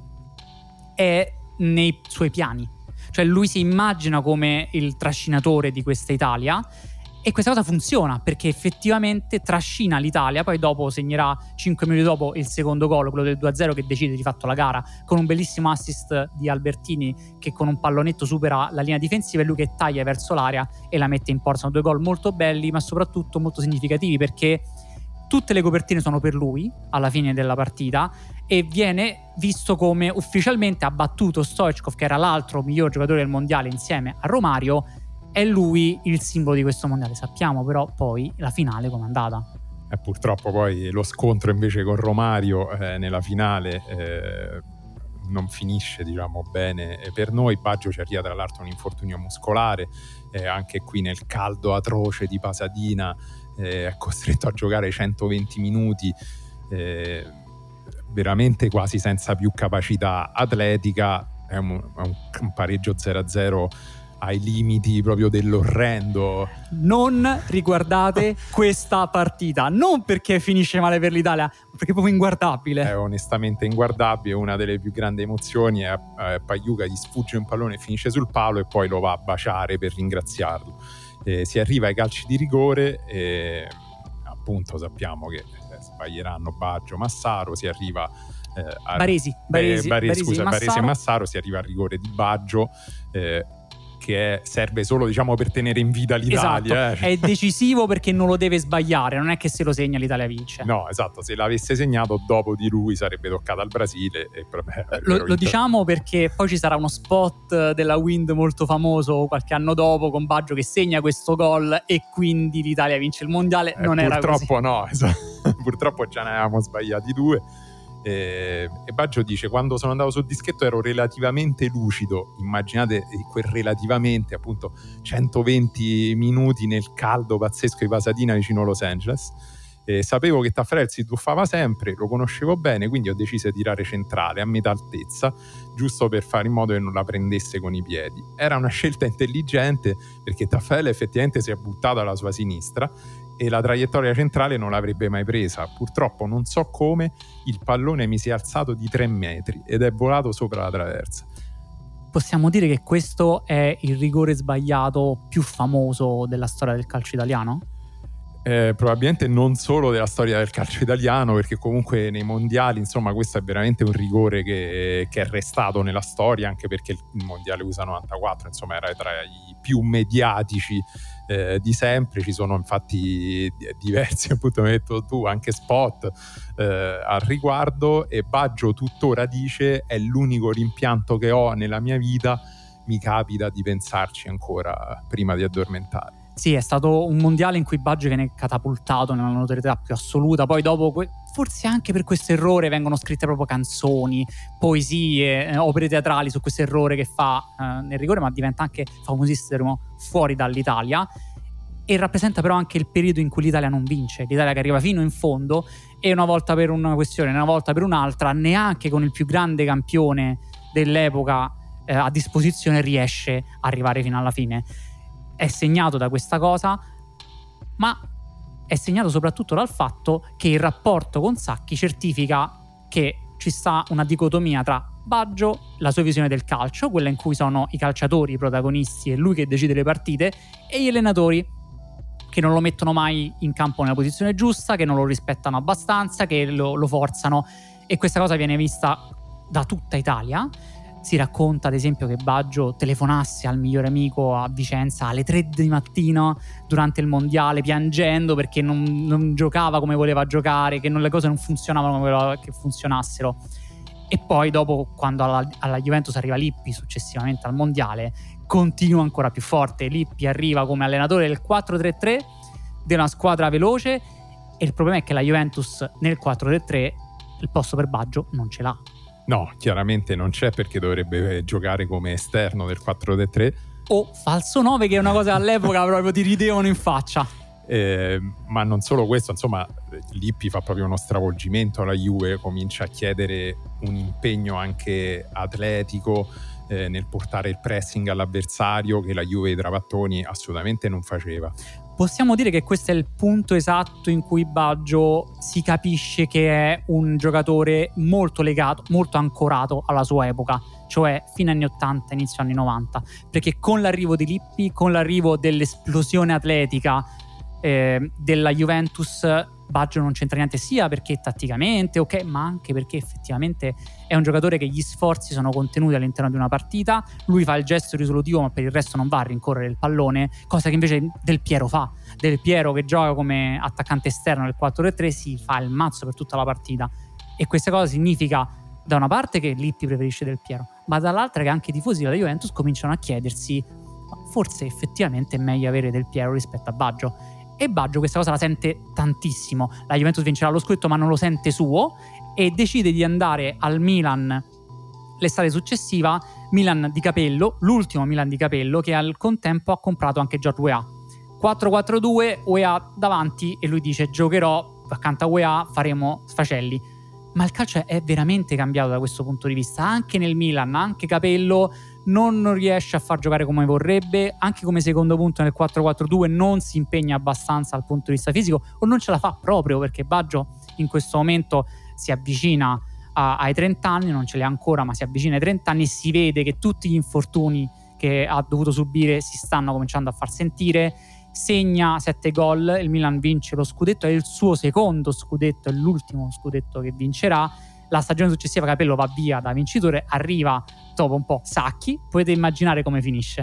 è nei suoi piani. Cioè lui si immagina come il trascinatore di questa Italia, E questa cosa funziona perché effettivamente trascina l'Italia. Poi dopo segnerà cinque minuti dopo il secondo gol, quello del due a zero, che decide di fatto la gara, con un bellissimo assist di Albertini che con un pallonetto supera la linea difensiva e lui che taglia verso l'area e la mette in porta. Sono due gol molto belli, ma soprattutto molto significativi, perché tutte le copertine sono per lui alla fine della partita e viene visto come ufficialmente ha battuto Stoichkov, che era l'altro miglior giocatore del mondiale insieme a Romario. È lui il simbolo di questo mondiale. Sappiamo però poi la finale com'è andata. E purtroppo poi lo scontro invece con Romario eh, nella finale eh, non finisce, diciamo, bene per noi. Baggio ci arriva tra l'altro un infortunio muscolare, eh, anche qui nel caldo atroce di Pasadena eh, è costretto a giocare centoventi minuti, eh, veramente quasi senza più capacità atletica. È un, è un, un pareggio zero a zero ai limiti proprio dell'orrendo. Non riguardate questa partita, non perché finisce male per l'Italia, ma perché è proprio inguardabile. È onestamente inguardabile. Una delle più grandi emozioni è eh, Pagliuca gli sfugge un pallone, finisce sul palo e poi lo va a baciare per ringraziarlo. Eh, si arriva ai calci di rigore e appunto sappiamo che eh, sbaglieranno Baggio, Massaro. Si arriva eh, a Baresi, Baresi, eh, Baresi, Baresi, scusa, Massaro. Baresi e Massaro. Si arriva al rigore di Baggio, eh, che è, serve solo, diciamo, per tenere in vita l'Italia. Esatto, eh. è decisivo perché non lo deve sbagliare, non è che se lo segna l'Italia vince. No, esatto, se l'avesse segnato dopo di lui sarebbe toccato al Brasile e vabbè, lo, lo diciamo perché poi ci sarà uno spot della Wind molto famoso qualche anno dopo con Baggio che segna questo gol e quindi l'Italia vince il mondiale. Eh, non era così. Purtroppo no, esatto. Purtroppo già ne avevamo sbagliati due. E, e Baggio dice: quando sono andato sul dischetto ero relativamente lucido. Immaginate quel relativamente, appunto, centoventi minuti nel caldo pazzesco di Pasadena vicino Los Angeles. E sapevo che Taffarel si tuffava sempre, lo conoscevo bene, quindi ho deciso di tirare centrale a metà altezza, giusto per fare in modo che non la prendesse con i piedi. Era una scelta intelligente perché Taffarel effettivamente si è buttato alla sua sinistra e la traiettoria centrale non l'avrebbe mai presa. Purtroppo, non so come, il pallone mi si è alzato di tre metri ed è volato sopra la traversa. Possiamo dire che questo è il rigore sbagliato più famoso della storia del calcio italiano? Eh, probabilmente non solo della storia del calcio italiano, perché comunque nei mondiali, insomma, questo è veramente un rigore che, che è restato nella storia, anche perché il mondiale U S A novantaquattro, insomma, era tra i più mediatici eh, di sempre. Ci sono infatti diversi, appunto, come hai detto tu, anche spot eh, al riguardo, e Baggio tuttora dice: è l'unico rimpianto che ho nella mia vita, mi capita di pensarci ancora prima di addormentare. Sì, è stato un mondiale in cui Baggio viene catapultato nella notorietà più assoluta. Poi dopo, forse anche per questo errore, vengono scritte proprio canzoni, poesie, eh, opere teatrali su questo errore che fa eh, nel rigore, ma diventa anche famosissimo fuori dall'Italia. E rappresenta però anche il periodo in cui l'Italia non vince, l'Italia che arriva fino in fondo e una volta per una questione, una volta per un'altra, neanche con il più grande campione dell'epoca eh, a disposizione riesce a arrivare fino alla fine. È segnato da questa cosa, ma è segnato soprattutto dal fatto che il rapporto con Sacchi certifica che ci sta una dicotomia tra Baggio, la sua visione del calcio, quella in cui sono i calciatori i protagonisti e lui che decide le partite, e gli allenatori che non lo mettono mai in campo nella posizione giusta, che non lo rispettano abbastanza, che lo, lo forzano, e questa cosa viene vista da tutta Italia. Si racconta ad esempio che Baggio telefonasse al migliore amico a Vicenza alle tre di mattina durante il mondiale piangendo perché non, non giocava come voleva giocare, che non, le cose non funzionavano come voleva che funzionassero. E poi dopo, quando alla, alla Juventus arriva Lippi successivamente al mondiale, continua ancora più forte. Lippi arriva come allenatore del quattro tre tre, di una squadra veloce, e il problema è che la Juventus nel quattro tre tre il posto per Baggio non ce l'ha. No, chiaramente non c'è, perché dovrebbe giocare come esterno del quattro tre tre o falso nove, che è una cosa all'epoca proprio ti ridevano in faccia. Eh, ma non solo questo, insomma, Lippi fa proprio uno stravolgimento alla Juve, comincia a chiedere un impegno anche atletico eh, nel portare il pressing all'avversario, che la Juve dei Travattoni assolutamente non faceva. Possiamo dire che questo è il punto esatto in cui Baggio si capisce che è un giocatore molto legato, molto ancorato alla sua epoca, cioè fine anni ottanta, inizio anni novanta, perché con l'arrivo di Lippi, con l'arrivo dell'esplosione atletica eh, della Juventus, Baggio non c'entra niente, sia perché tatticamente, ok, ma anche perché effettivamente è un giocatore che gli sforzi sono contenuti all'interno di una partita, lui fa il gesto risolutivo ma per il resto non va a rincorrere il pallone, cosa che invece Del Piero fa. Del Piero, che gioca come attaccante esterno nel quattro tre tre, si fa il mazzo per tutta la partita, e questa cosa significa da una parte che Lippi preferisce Del Piero, ma dall'altra che anche i tifosi della Juventus cominciano a chiedersi forse effettivamente è meglio avere Del Piero rispetto a Baggio. E Baggio questa cosa la sente tantissimo. La Juventus vincerà lo scudetto ma non lo sente suo, e decide di andare al Milan l'estate successiva, Milan di Capello, l'ultimo Milan di Capello, che al contempo ha comprato anche George Weah. quattro quattro due, Weah davanti, e lui dice giocherò accanto a Weah, faremo sfacelli. Ma il calcio è veramente cambiato da questo punto di vista. Anche nel Milan, anche Capello non riesce a far giocare come vorrebbe, anche come secondo punto nel quattro quattro due non si impegna abbastanza dal punto di vista fisico, o non ce la fa proprio, perché Baggio in questo momento si avvicina a, ai trenta anni, non ce li ha ancora ma si avvicina ai trenta anni, e si vede che tutti gli infortuni che ha dovuto subire si stanno cominciando a far sentire. Segna sette gol, il Milan vince lo scudetto, è il suo secondo scudetto, è l'ultimo scudetto che vincerà. La stagione successiva Capello va via da vincitore, arriva dopo un po' Sacchi, potete immaginare come finisce.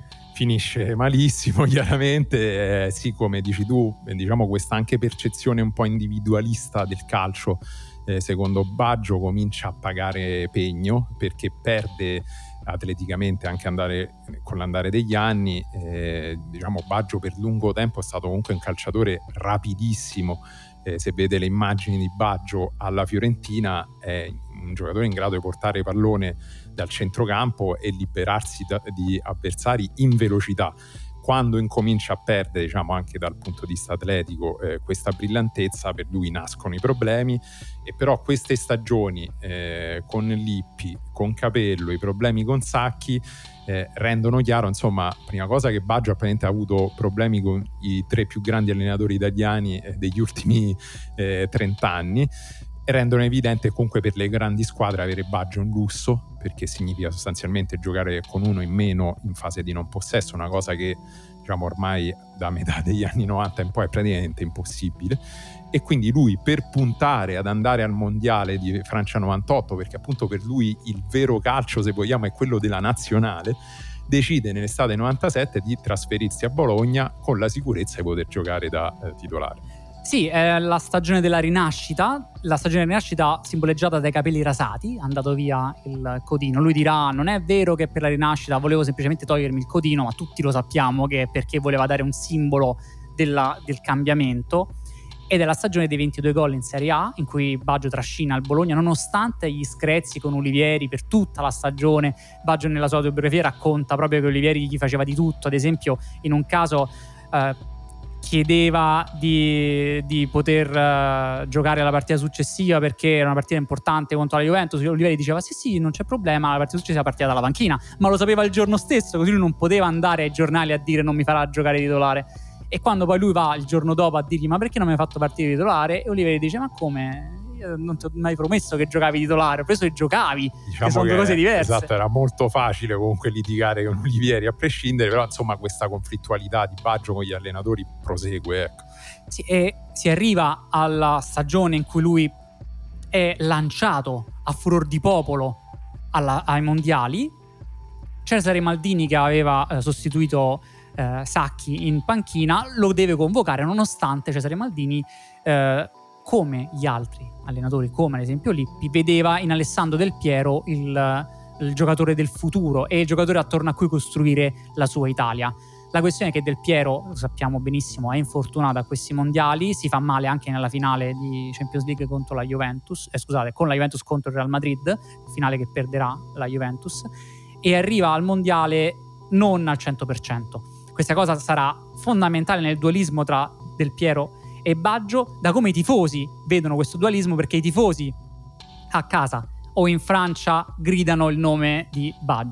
Finisce malissimo, chiaramente, eh, sì, come dici tu, diciamo questa anche percezione un po' individualista del calcio, eh, secondo Baggio comincia a pagare pegno, perché perde atleticamente anche andare con l'andare degli anni. Eh, diciamo Baggio per lungo tempo è stato comunque un calciatore rapidissimo, eh, se vede le immagini di Baggio alla Fiorentina è un giocatore in grado di portare pallone dal centrocampo e liberarsi da, di avversari in velocità. Quando incomincia a perdere, diciamo anche dal punto di vista atletico, eh, questa brillantezza, per lui nascono i problemi. E però queste stagioni eh, con Lippi, con Capello, i problemi con Sacchi eh, rendono chiaro, insomma, prima cosa, che Baggio apparentemente ha avuto problemi con i tre più grandi allenatori italiani eh, degli ultimi eh, trenta anni, e rendono evidente che comunque per le grandi squadre avere Baggio è un lusso, perché significa sostanzialmente giocare con uno in meno in fase di non possesso, una cosa che diciamo ormai da metà degli anni novanta in poi è praticamente impossibile. E quindi lui, per puntare ad andare al mondiale di Francia novantotto, perché appunto per lui il vero calcio, se vogliamo, è quello della nazionale, decide nell'estate novantasette di trasferirsi a Bologna con la sicurezza di poter giocare da eh, titolare. Sì, è la stagione della rinascita, la stagione della rinascita simboleggiata dai capelli rasati, è andato via il codino. Lui dirà: non è vero che per la rinascita volevo semplicemente togliermi il codino, ma tutti lo sappiamo che è perché voleva dare un simbolo della, del cambiamento. Ed è la stagione dei ventidue gol in Serie A, in cui Baggio trascina il Bologna nonostante gli screzi con Olivieri per tutta la stagione. Baggio nella sua autobiografia racconta proprio che Olivieri gli faceva di tutto, ad esempio in un caso eh, chiedeva di, di poter uh, giocare alla partita successiva perché era una partita importante contro la Juventus. Olivieri diceva sì sì non c'è problema, la partita successiva partita dalla panchina, ma lo sapeva il giorno stesso, così lui non poteva andare ai giornali a dire non mi farà giocare titolare. E quando poi lui va il giorno dopo a dirgli ma perché non mi hai fatto partire titolare, e Olivieri dice ma come, io non ti ho mai promesso che giocavi titolare, ho preso che giocavi, diciamo che sono due cose diverse. Esatto, era molto facile comunque litigare con Olivieri a prescindere, però insomma questa conflittualità di Baggio con gli allenatori prosegue, ecco. Sì, e si arriva alla stagione in cui lui è lanciato a furor di popolo alla, ai mondiali. Cesare Maldini, che aveva eh, sostituito eh, Sacchi in panchina, lo deve convocare, nonostante Cesare Maldini eh, come gli altri allenatori, come ad esempio Lippi, vedeva in Alessandro Del Piero il, il giocatore del futuro e il giocatore attorno a cui costruire la sua Italia. La questione è che Del Piero, lo sappiamo benissimo, è infortunato a questi mondiali, si fa male anche nella finale di Champions League contro la Juventus, eh, scusate, con la Juventus contro il Real Madrid, finale che perderà la Juventus, e arriva al mondiale non al cento per cento. Questa cosa sarà fondamentale nel dualismo tra Del Piero e Baggio, da come i tifosi vedono questo dualismo, perché i tifosi a casa o in Francia gridano il nome di Baggio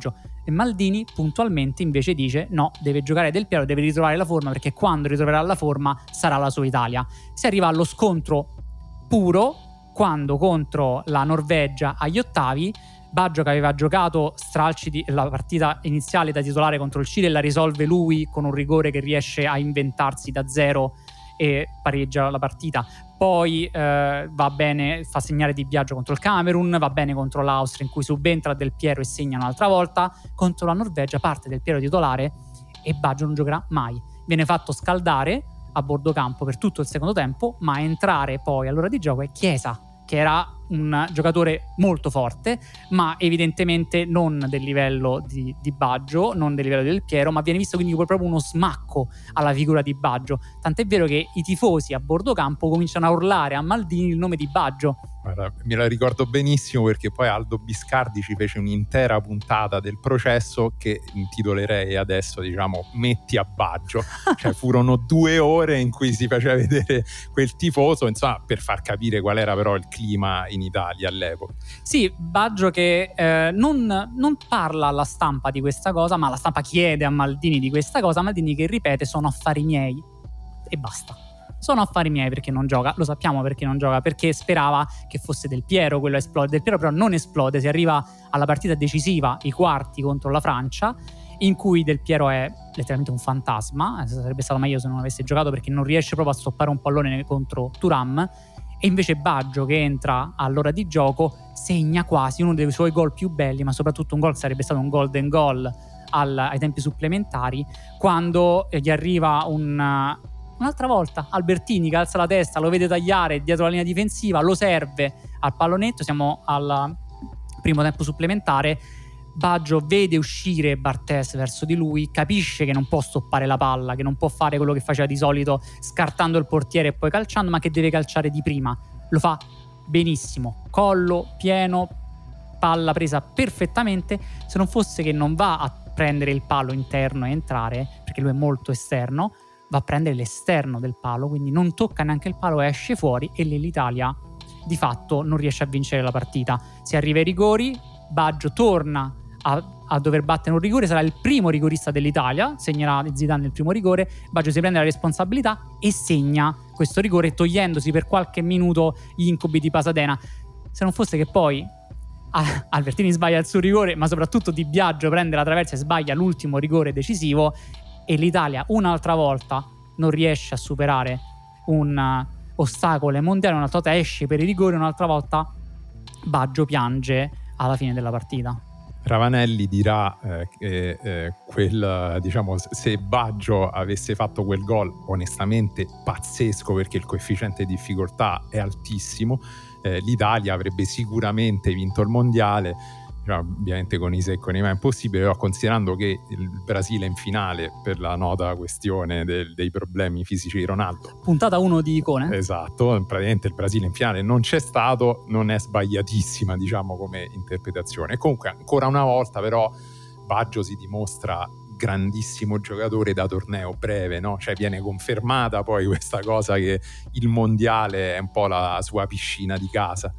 E Maldini puntualmente invece dice no, deve giocare Del Piero, deve ritrovare la forma, perché quando ritroverà la forma sarà la sua Italia. Si arriva allo scontro puro quando contro la Norvegia agli ottavi Baggio, che aveva giocato stralci di, la partita iniziale da titolare contro il Cile, la risolve lui con un rigore che riesce a inventarsi da zero e pareggia la partita. Poi eh, va bene, fa segnare Di Biagio contro il Camerun, va bene contro l'Austria in cui subentra Del Piero e segna un'altra volta. Contro la Norvegia parte Del Piero titolare e Baggio non giocherà mai. Viene fatto scaldare a bordo campo per tutto il secondo tempo, ma a entrare poi all'ora di gioco è Chiesa, che era un giocatore molto forte, ma evidentemente non del livello di, di Baggio, non del livello del Piero, ma viene visto quindi proprio uno smacco alla figura di Baggio. Tant'è vero che i tifosi a bordo campo cominciano a urlare a Maldini il nome di Baggio. Guarda, me la ricordo benissimo perché poi Aldo Biscardi ci fece un'intera puntata del processo che intitolerei adesso, diciamo, Metti a Baggio. Cioè furono due ore in cui si faceva vedere quel tifoso, insomma, per far capire qual era però il clima in Italia all'epoca. Sì, Baggio che eh, non, non parla alla stampa di questa cosa, ma la stampa chiede a Maldini di questa cosa, Maldini che ripete sono affari miei e basta. Sono affari miei perché non gioca, lo sappiamo perché non gioca, perché sperava che fosse Del Piero quello a esplodere. Del Piero però non esplode, si arriva alla partita decisiva, i quarti contro la Francia, in cui Del Piero è letteralmente un fantasma. Sarebbe stato meglio se non avesse giocato perché non riesce proprio a stoppare un pallone contro Thuram. E invece Baggio, che entra all'ora di gioco, segna quasi uno dei suoi gol più belli, ma soprattutto un gol sarebbe stato un golden goal al, ai tempi supplementari, quando gli arriva un... un'altra volta Albertini che alza la testa, lo vede tagliare dietro la linea difensiva, lo serve al pallonetto, siamo al primo tempo supplementare. Baggio vede uscire Barthez verso di lui, capisce che non può stoppare la palla, che non può fare quello che faceva di solito scartando il portiere e poi calciando, ma che deve calciare di prima. Lo fa benissimo, collo pieno, palla presa perfettamente, se non fosse che non va a prendere il palo interno e entrare, perché lui è molto esterno, va a prendere l'esterno del palo, quindi non tocca neanche il palo, esce fuori e lì l'Italia di fatto non riesce a vincere la partita. Si arriva ai rigori, Baggio torna a, a dover battere un rigore, sarà il primo rigorista dell'Italia, segnerà Zidane il primo rigore, Baggio si prende la responsabilità e segna questo rigore togliendosi per qualche minuto gli incubi di Pasadena. Se non fosse che poi ah, Albertini sbaglia il suo rigore, ma soprattutto Di Biagio prende la traversa e sbaglia l'ultimo rigore decisivo, e l'Italia un'altra volta non riesce a superare un uh, ostacolo ai mondiali, un'altra volta esce per i rigori, un'altra volta Baggio piange alla fine della partita. Ravanelli dirà eh, che eh, quel, diciamo, se Baggio avesse fatto quel gol, onestamente pazzesco perché il coefficiente di difficoltà è altissimo, eh, l'Italia avrebbe sicuramente vinto il mondiale. Ovviamente con i se e con i ma è impossibile, però considerando che il Brasile è in finale per la nota questione del, dei problemi fisici di Ronaldo, puntata uno di Icone, esatto, praticamente il Brasile in finale non c'è stato, non è sbagliatissima, diciamo, come interpretazione. E comunque ancora una volta però Baggio si dimostra grandissimo giocatore da torneo breve, no? Cioè viene confermata poi questa cosa che il mondiale è un po' la sua piscina di casa.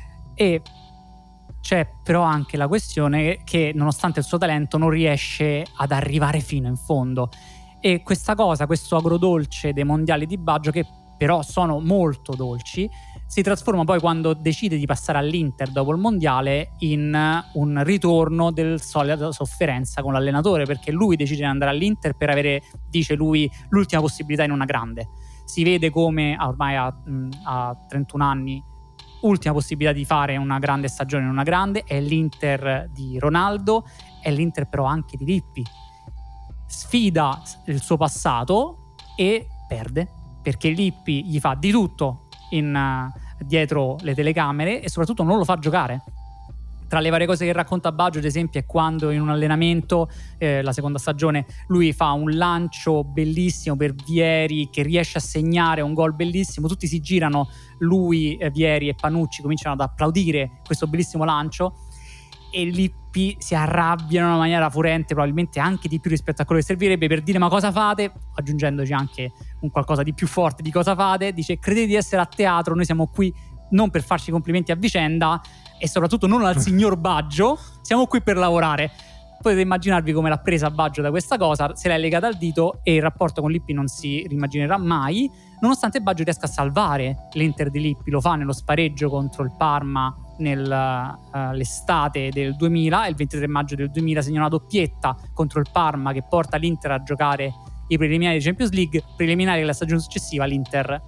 E c'è però anche la questione che nonostante il suo talento non riesce ad arrivare fino in fondo, e questa cosa, questo agrodolce dei mondiali di Baggio, che però sono molto dolci, si trasforma poi quando decide di passare all'Inter dopo il mondiale in un ritorno del solita sofferenza con l'allenatore, perché lui decide di andare all'Inter per avere, dice lui, l'ultima possibilità in una grande. Si vede come ormai a, a trentuno anni ultima possibilità di fare una grande stagione in una grande, è l'Inter di Ronaldo, è l'Inter però anche di Lippi. Sfida il suo passato e perde, perché Lippi gli fa di tutto in, uh, dietro le telecamere e soprattutto non lo fa giocare. Tra le varie cose che racconta Baggio, ad esempio, è quando in un allenamento, eh, la seconda stagione, lui fa un lancio bellissimo per Vieri che riesce a segnare un gol bellissimo, tutti si girano, lui, eh, Vieri e Panucci cominciano ad applaudire questo bellissimo lancio e Lippi si arrabbia in una maniera furente, probabilmente anche di più rispetto a quello che servirebbe, per dire ma cosa fate, aggiungendoci anche un qualcosa di più forte di cosa fate, dice credete di essere a teatro, noi siamo qui non per farci complimenti a vicenda e soprattutto non al signor Baggio, siamo qui per lavorare. potete immaginarvi come l'ha presa Baggio da questa cosa, se l'è legata al dito e il rapporto con Lippi non si rimmaginerà mai, nonostante Baggio riesca a salvare l'Inter di Lippi. Lo fa nello spareggio contro il Parma nell'estate uh, del duemila, il ventitré maggio del duemila segna una doppietta contro il Parma che porta l'Inter a giocare i preliminari di Champions League, preliminari della stagione successiva. L'Inter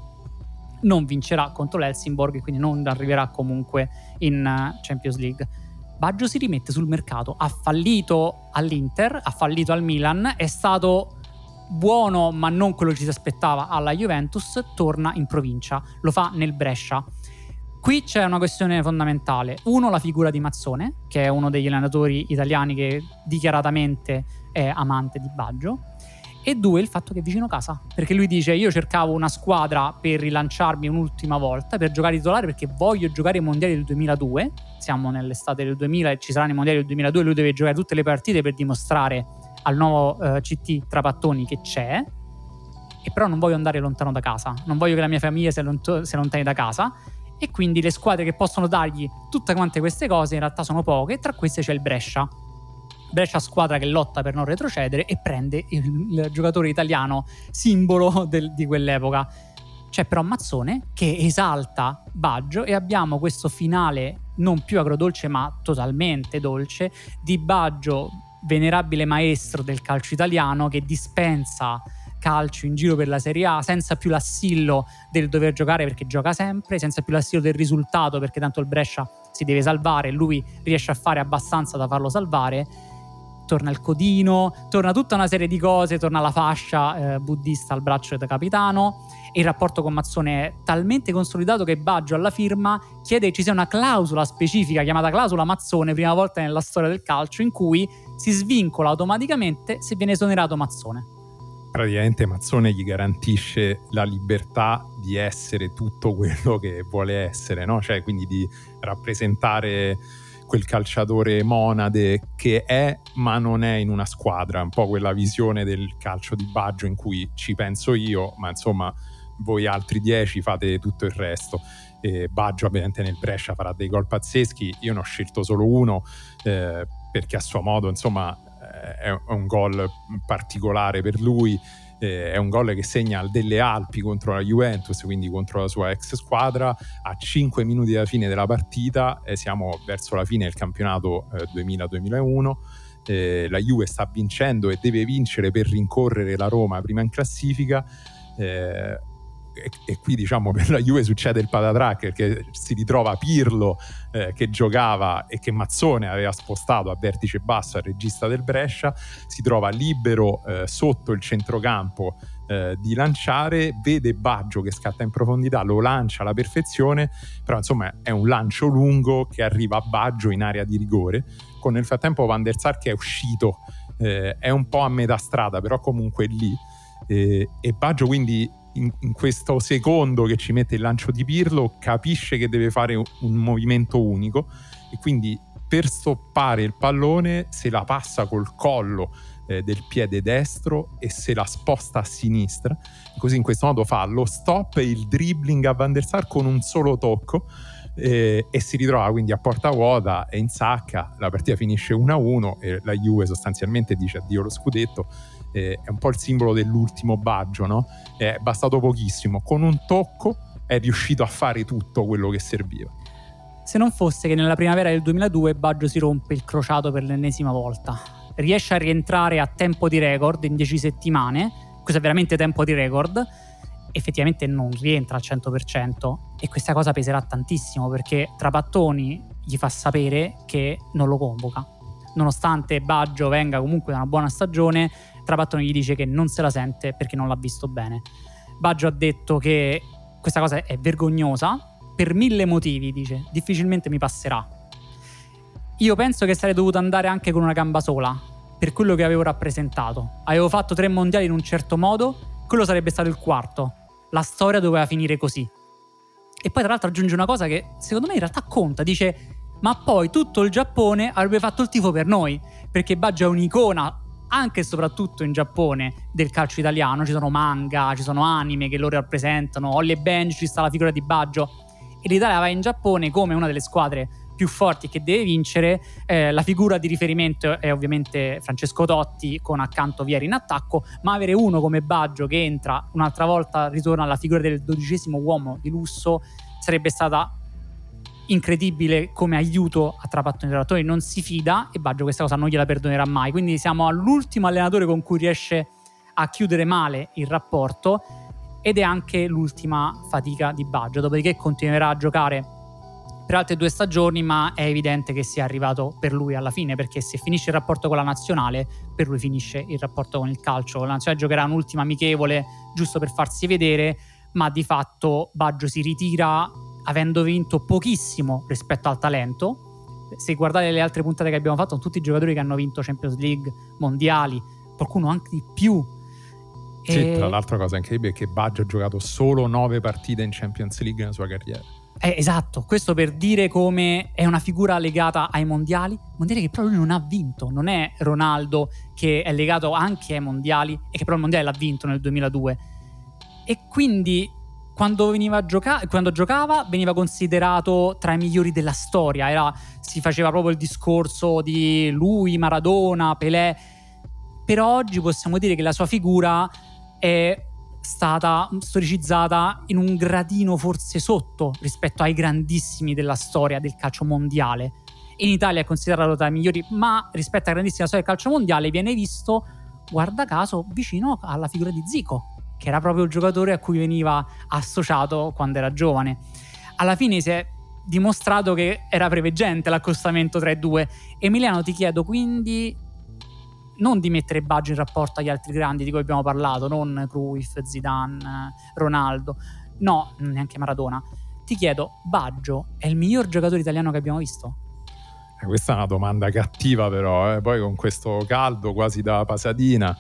non vincerà contro l'Helsingborg e quindi non arriverà comunque in uh, Champions League. Baggio si rimette sul mercato, ha fallito all'Inter, ha fallito al Milan, è stato buono ma non quello che ci si aspettava alla Juventus, torna in provincia, lo fa nel Brescia. Qui c'è una questione fondamentale: uno, la figura di Mazzone, che è uno degli allenatori italiani che dichiaratamente è amante di Baggio, e due, il fatto che è vicino casa, perché lui dice: io cercavo una squadra per rilanciarmi un'ultima volta, per giocare titolare, perché voglio giocare i mondiali del duemiladue, siamo nell'estate del duemila e ci saranno i mondiali del duemiladue, lui deve giocare tutte le partite per dimostrare al nuovo uh, C T Trapattoni che c'è, e però non voglio andare lontano da casa, non voglio che la mia famiglia sia, lont- sia lontani da casa, e quindi le squadre che possono dargli tutte quante queste cose in realtà sono poche, tra queste c'è il Brescia. Brescia, squadra che lotta per non retrocedere, e prende il, il giocatore italiano simbolo del, di quell'epoca. C'è però Mazzone che esalta Baggio, e abbiamo questo finale non più agrodolce ma totalmente dolce di Baggio, venerabile maestro del calcio italiano, che dispensa calcio in giro per la Serie A senza più l'assillo del dover giocare, perché gioca sempre, senza più l'assillo del risultato, perché tanto il Brescia si deve salvare e lui riesce a fare abbastanza da farlo salvare. Torna il codino, torna tutta una serie di cose, torna la fascia eh, buddista al braccio del capitano, e il rapporto con Mazzone è talmente consolidato che Baggio alla firma chiede che ci sia una clausola specifica chiamata clausola Mazzone, prima volta nella storia del calcio, in cui si svincola automaticamente se viene esonerato Mazzone. Praticamente Mazzone gli garantisce la libertà di essere tutto quello che vuole essere, no? Cioè, quindi di rappresentare quel calciatore monade che è ma non è in una squadra, un po' quella visione del calcio di Baggio in cui ci penso io, ma insomma voi altri dieci fate tutto il resto. E Baggio ovviamente nel Brescia farà dei gol pazzeschi, io ne ho scelto solo uno eh, perché a suo modo insomma è un gol particolare per lui, è un gol che segna al Delle Alpi contro la Juventus, quindi contro la sua ex squadra, a cinque minuti dalla fine della partita, e siamo verso la fine del campionato eh, duemila duemilauno, eh, la Juve sta vincendo e deve vincere per rincorrere la Roma prima in classifica, eh, E, e qui diciamo per la Juve succede il patatrac, perché si ritrova Pirlo eh, che giocava e che Mazzone aveva spostato a vertice basso al regista del Brescia, si trova libero eh, sotto il centrocampo eh, di lanciare, vede Baggio che scatta in profondità, lo lancia alla perfezione, però insomma è un lancio lungo che arriva a Baggio in area di rigore, con nel frattempo Van der Sar che è uscito, eh, è un po' a metà strada però comunque è lì, eh, e Baggio quindi In, in questo secondo che ci mette il lancio di Pirlo capisce che deve fare un, un movimento unico, e quindi per stoppare il pallone se la passa col collo eh, del piede destro e se la sposta a sinistra, così in questo modo fa lo stop e il dribbling a Van der Sar con un solo tocco, eh, e si ritrova quindi a porta vuota e in sacca. La partita finisce uno a uno e la Juve sostanzialmente dice addio allo scudetto. Eh, è un po' il simbolo dell'ultimo Baggio, no? È bastato pochissimo, con un tocco è riuscito a fare tutto quello che serviva. Se non fosse che nella primavera del duemiladue Baggio si rompe il crociato per l'ennesima volta, riesce a rientrare a tempo di record in dieci settimane, questo è veramente tempo di record, effettivamente non rientra al cento per cento, e questa cosa peserà tantissimo perché Trapattoni gli fa sapere che non lo convoca. Nonostante Baggio venga comunque da una buona stagione, Trapattoni gli dice che non se la sente perché non l'ha visto bene. Baggio ha detto che questa cosa è vergognosa per mille motivi, dice, difficilmente mi passerà. Io penso che sarei dovuto andare anche con una gamba sola per quello che avevo rappresentato. Avevo fatto tre mondiali in un certo modo, quello sarebbe stato il quarto. La storia doveva finire così. E poi tra l'altro aggiunge una cosa che secondo me in realtà conta, dice: ma poi tutto il Giappone avrebbe fatto il tifo per noi, perché Baggio è un'icona anche e soprattutto in Giappone del calcio italiano. Ci sono manga, ci sono anime che lo rappresentano, Holly e Benji, ci sta la figura di Baggio, e l'Italia va in Giappone come una delle squadre più forti che deve vincere. Eh, la figura di riferimento è ovviamente Francesco Totti con accanto Vieri in attacco, ma avere uno come Baggio che entra un'altra volta, ritorna alla figura del dodicesimo uomo di lusso, sarebbe stata incredibile come aiuto a Trapattoni. Trapattoni non si fida e Baggio questa cosa non gliela perdonerà mai, quindi siamo all'ultimo allenatore con cui riesce a chiudere male il rapporto, ed è anche l'ultima fatica di Baggio, dopodiché continuerà a giocare per altre due stagioni, ma è evidente che sia arrivato per lui alla fine, perché se finisce il rapporto con la nazionale, per lui finisce il rapporto con il calcio. La nazionale giocherà un'ultima amichevole giusto per farsi vedere, ma di fatto Baggio si ritira avendo vinto pochissimo rispetto al talento. Se guardate le altre puntate che abbiamo fatto, sono tutti giocatori che hanno vinto Champions League, mondiali, qualcuno anche di più. Sì, e... tra l'altra cosa incredibile è che Baggio ha giocato solo nove partite in Champions League nella sua carriera. Eh, esatto, questo per dire come è una figura legata ai mondiali, mondiali che però lui non ha vinto. Non è Ronaldo che è legato anche ai mondiali e che però il mondiale l'ha vinto nel duemiladue, e quindi quando veniva a gioca- quando giocava veniva considerato tra i migliori della storia. Era, si faceva proprio il discorso di lui, Maradona, Pelé. Però oggi possiamo dire che la sua figura è stata storicizzata in un gradino forse sotto rispetto ai grandissimi della storia del calcio mondiale. In Italia è considerato tra i migliori, ma rispetto alla grandissima storia del calcio mondiale viene visto, guarda caso, vicino alla figura di Zico, che era proprio il giocatore a cui veniva associato quando era giovane. Alla fine si è dimostrato che era preveggente l'accostamento tra i due. Emiliano, ti chiedo quindi non di mettere Baggio in rapporto agli altri grandi di cui abbiamo parlato, non Cruyff, Zidane, Ronaldo, no, neanche Maradona. Ti chiedo, Baggio è il miglior giocatore italiano che abbiamo visto? Eh, questa è una domanda cattiva, però eh. Poi con questo caldo quasi da pasadina,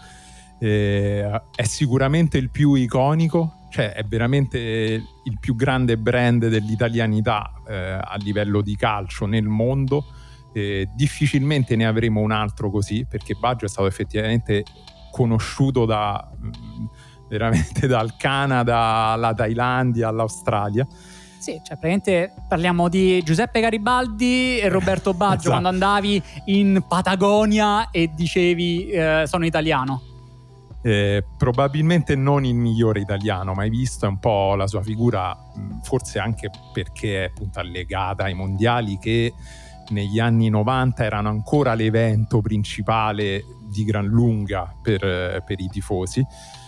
eh, è sicuramente il più iconico, cioè è veramente il più grande brand dell'italianità eh, a livello di calcio nel mondo. Eh, difficilmente ne avremo un altro così, perché Baggio è stato effettivamente conosciuto da veramente dal Canada alla Thailandia all'Australia. Sì, cioè praticamente parliamo di Giuseppe Garibaldi e Roberto Baggio. Esatto. Quando andavi in Patagonia e dicevi eh, sono italiano. Eh, probabilmente non il migliore italiano mai visto, è un po' la sua figura, forse anche perché è appunto legata ai mondiali che negli anni novanta erano ancora l'evento principale di gran lunga per, per i tifosi.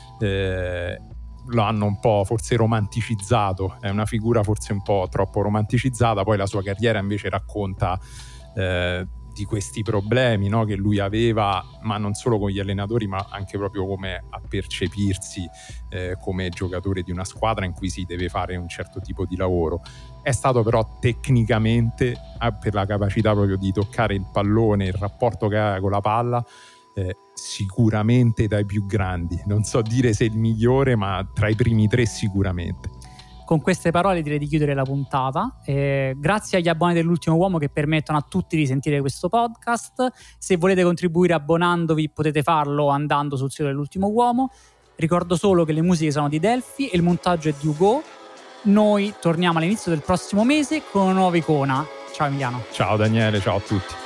Eh, lo hanno un po' forse romanticizzato, è una figura forse un po' troppo romanticizzata. Poi la sua carriera invece racconta eh, di questi problemi, no, che lui aveva, ma non solo con gli allenatori, ma anche proprio come a percepirsi eh, come giocatore di una squadra in cui si deve fare un certo tipo di lavoro. È stato però tecnicamente, per la capacità proprio di toccare il pallone, il rapporto che ha con la palla, eh, sicuramente dai più grandi. Non so dire se è il migliore, ma tra i primi tre sicuramente. Con queste parole direi di chiudere la puntata. Eh, grazie agli abbonati dell'Ultimo Uomo che permettono a tutti di sentire questo podcast. Se volete contribuire abbonandovi potete farlo andando sul sito dell'Ultimo Uomo. Ricordo solo che le musiche sono di Delphi e il montaggio è di Ugo. Noi torniamo all'inizio del prossimo mese con una nuova icona. Ciao Emiliano. Ciao Daniele, ciao a tutti.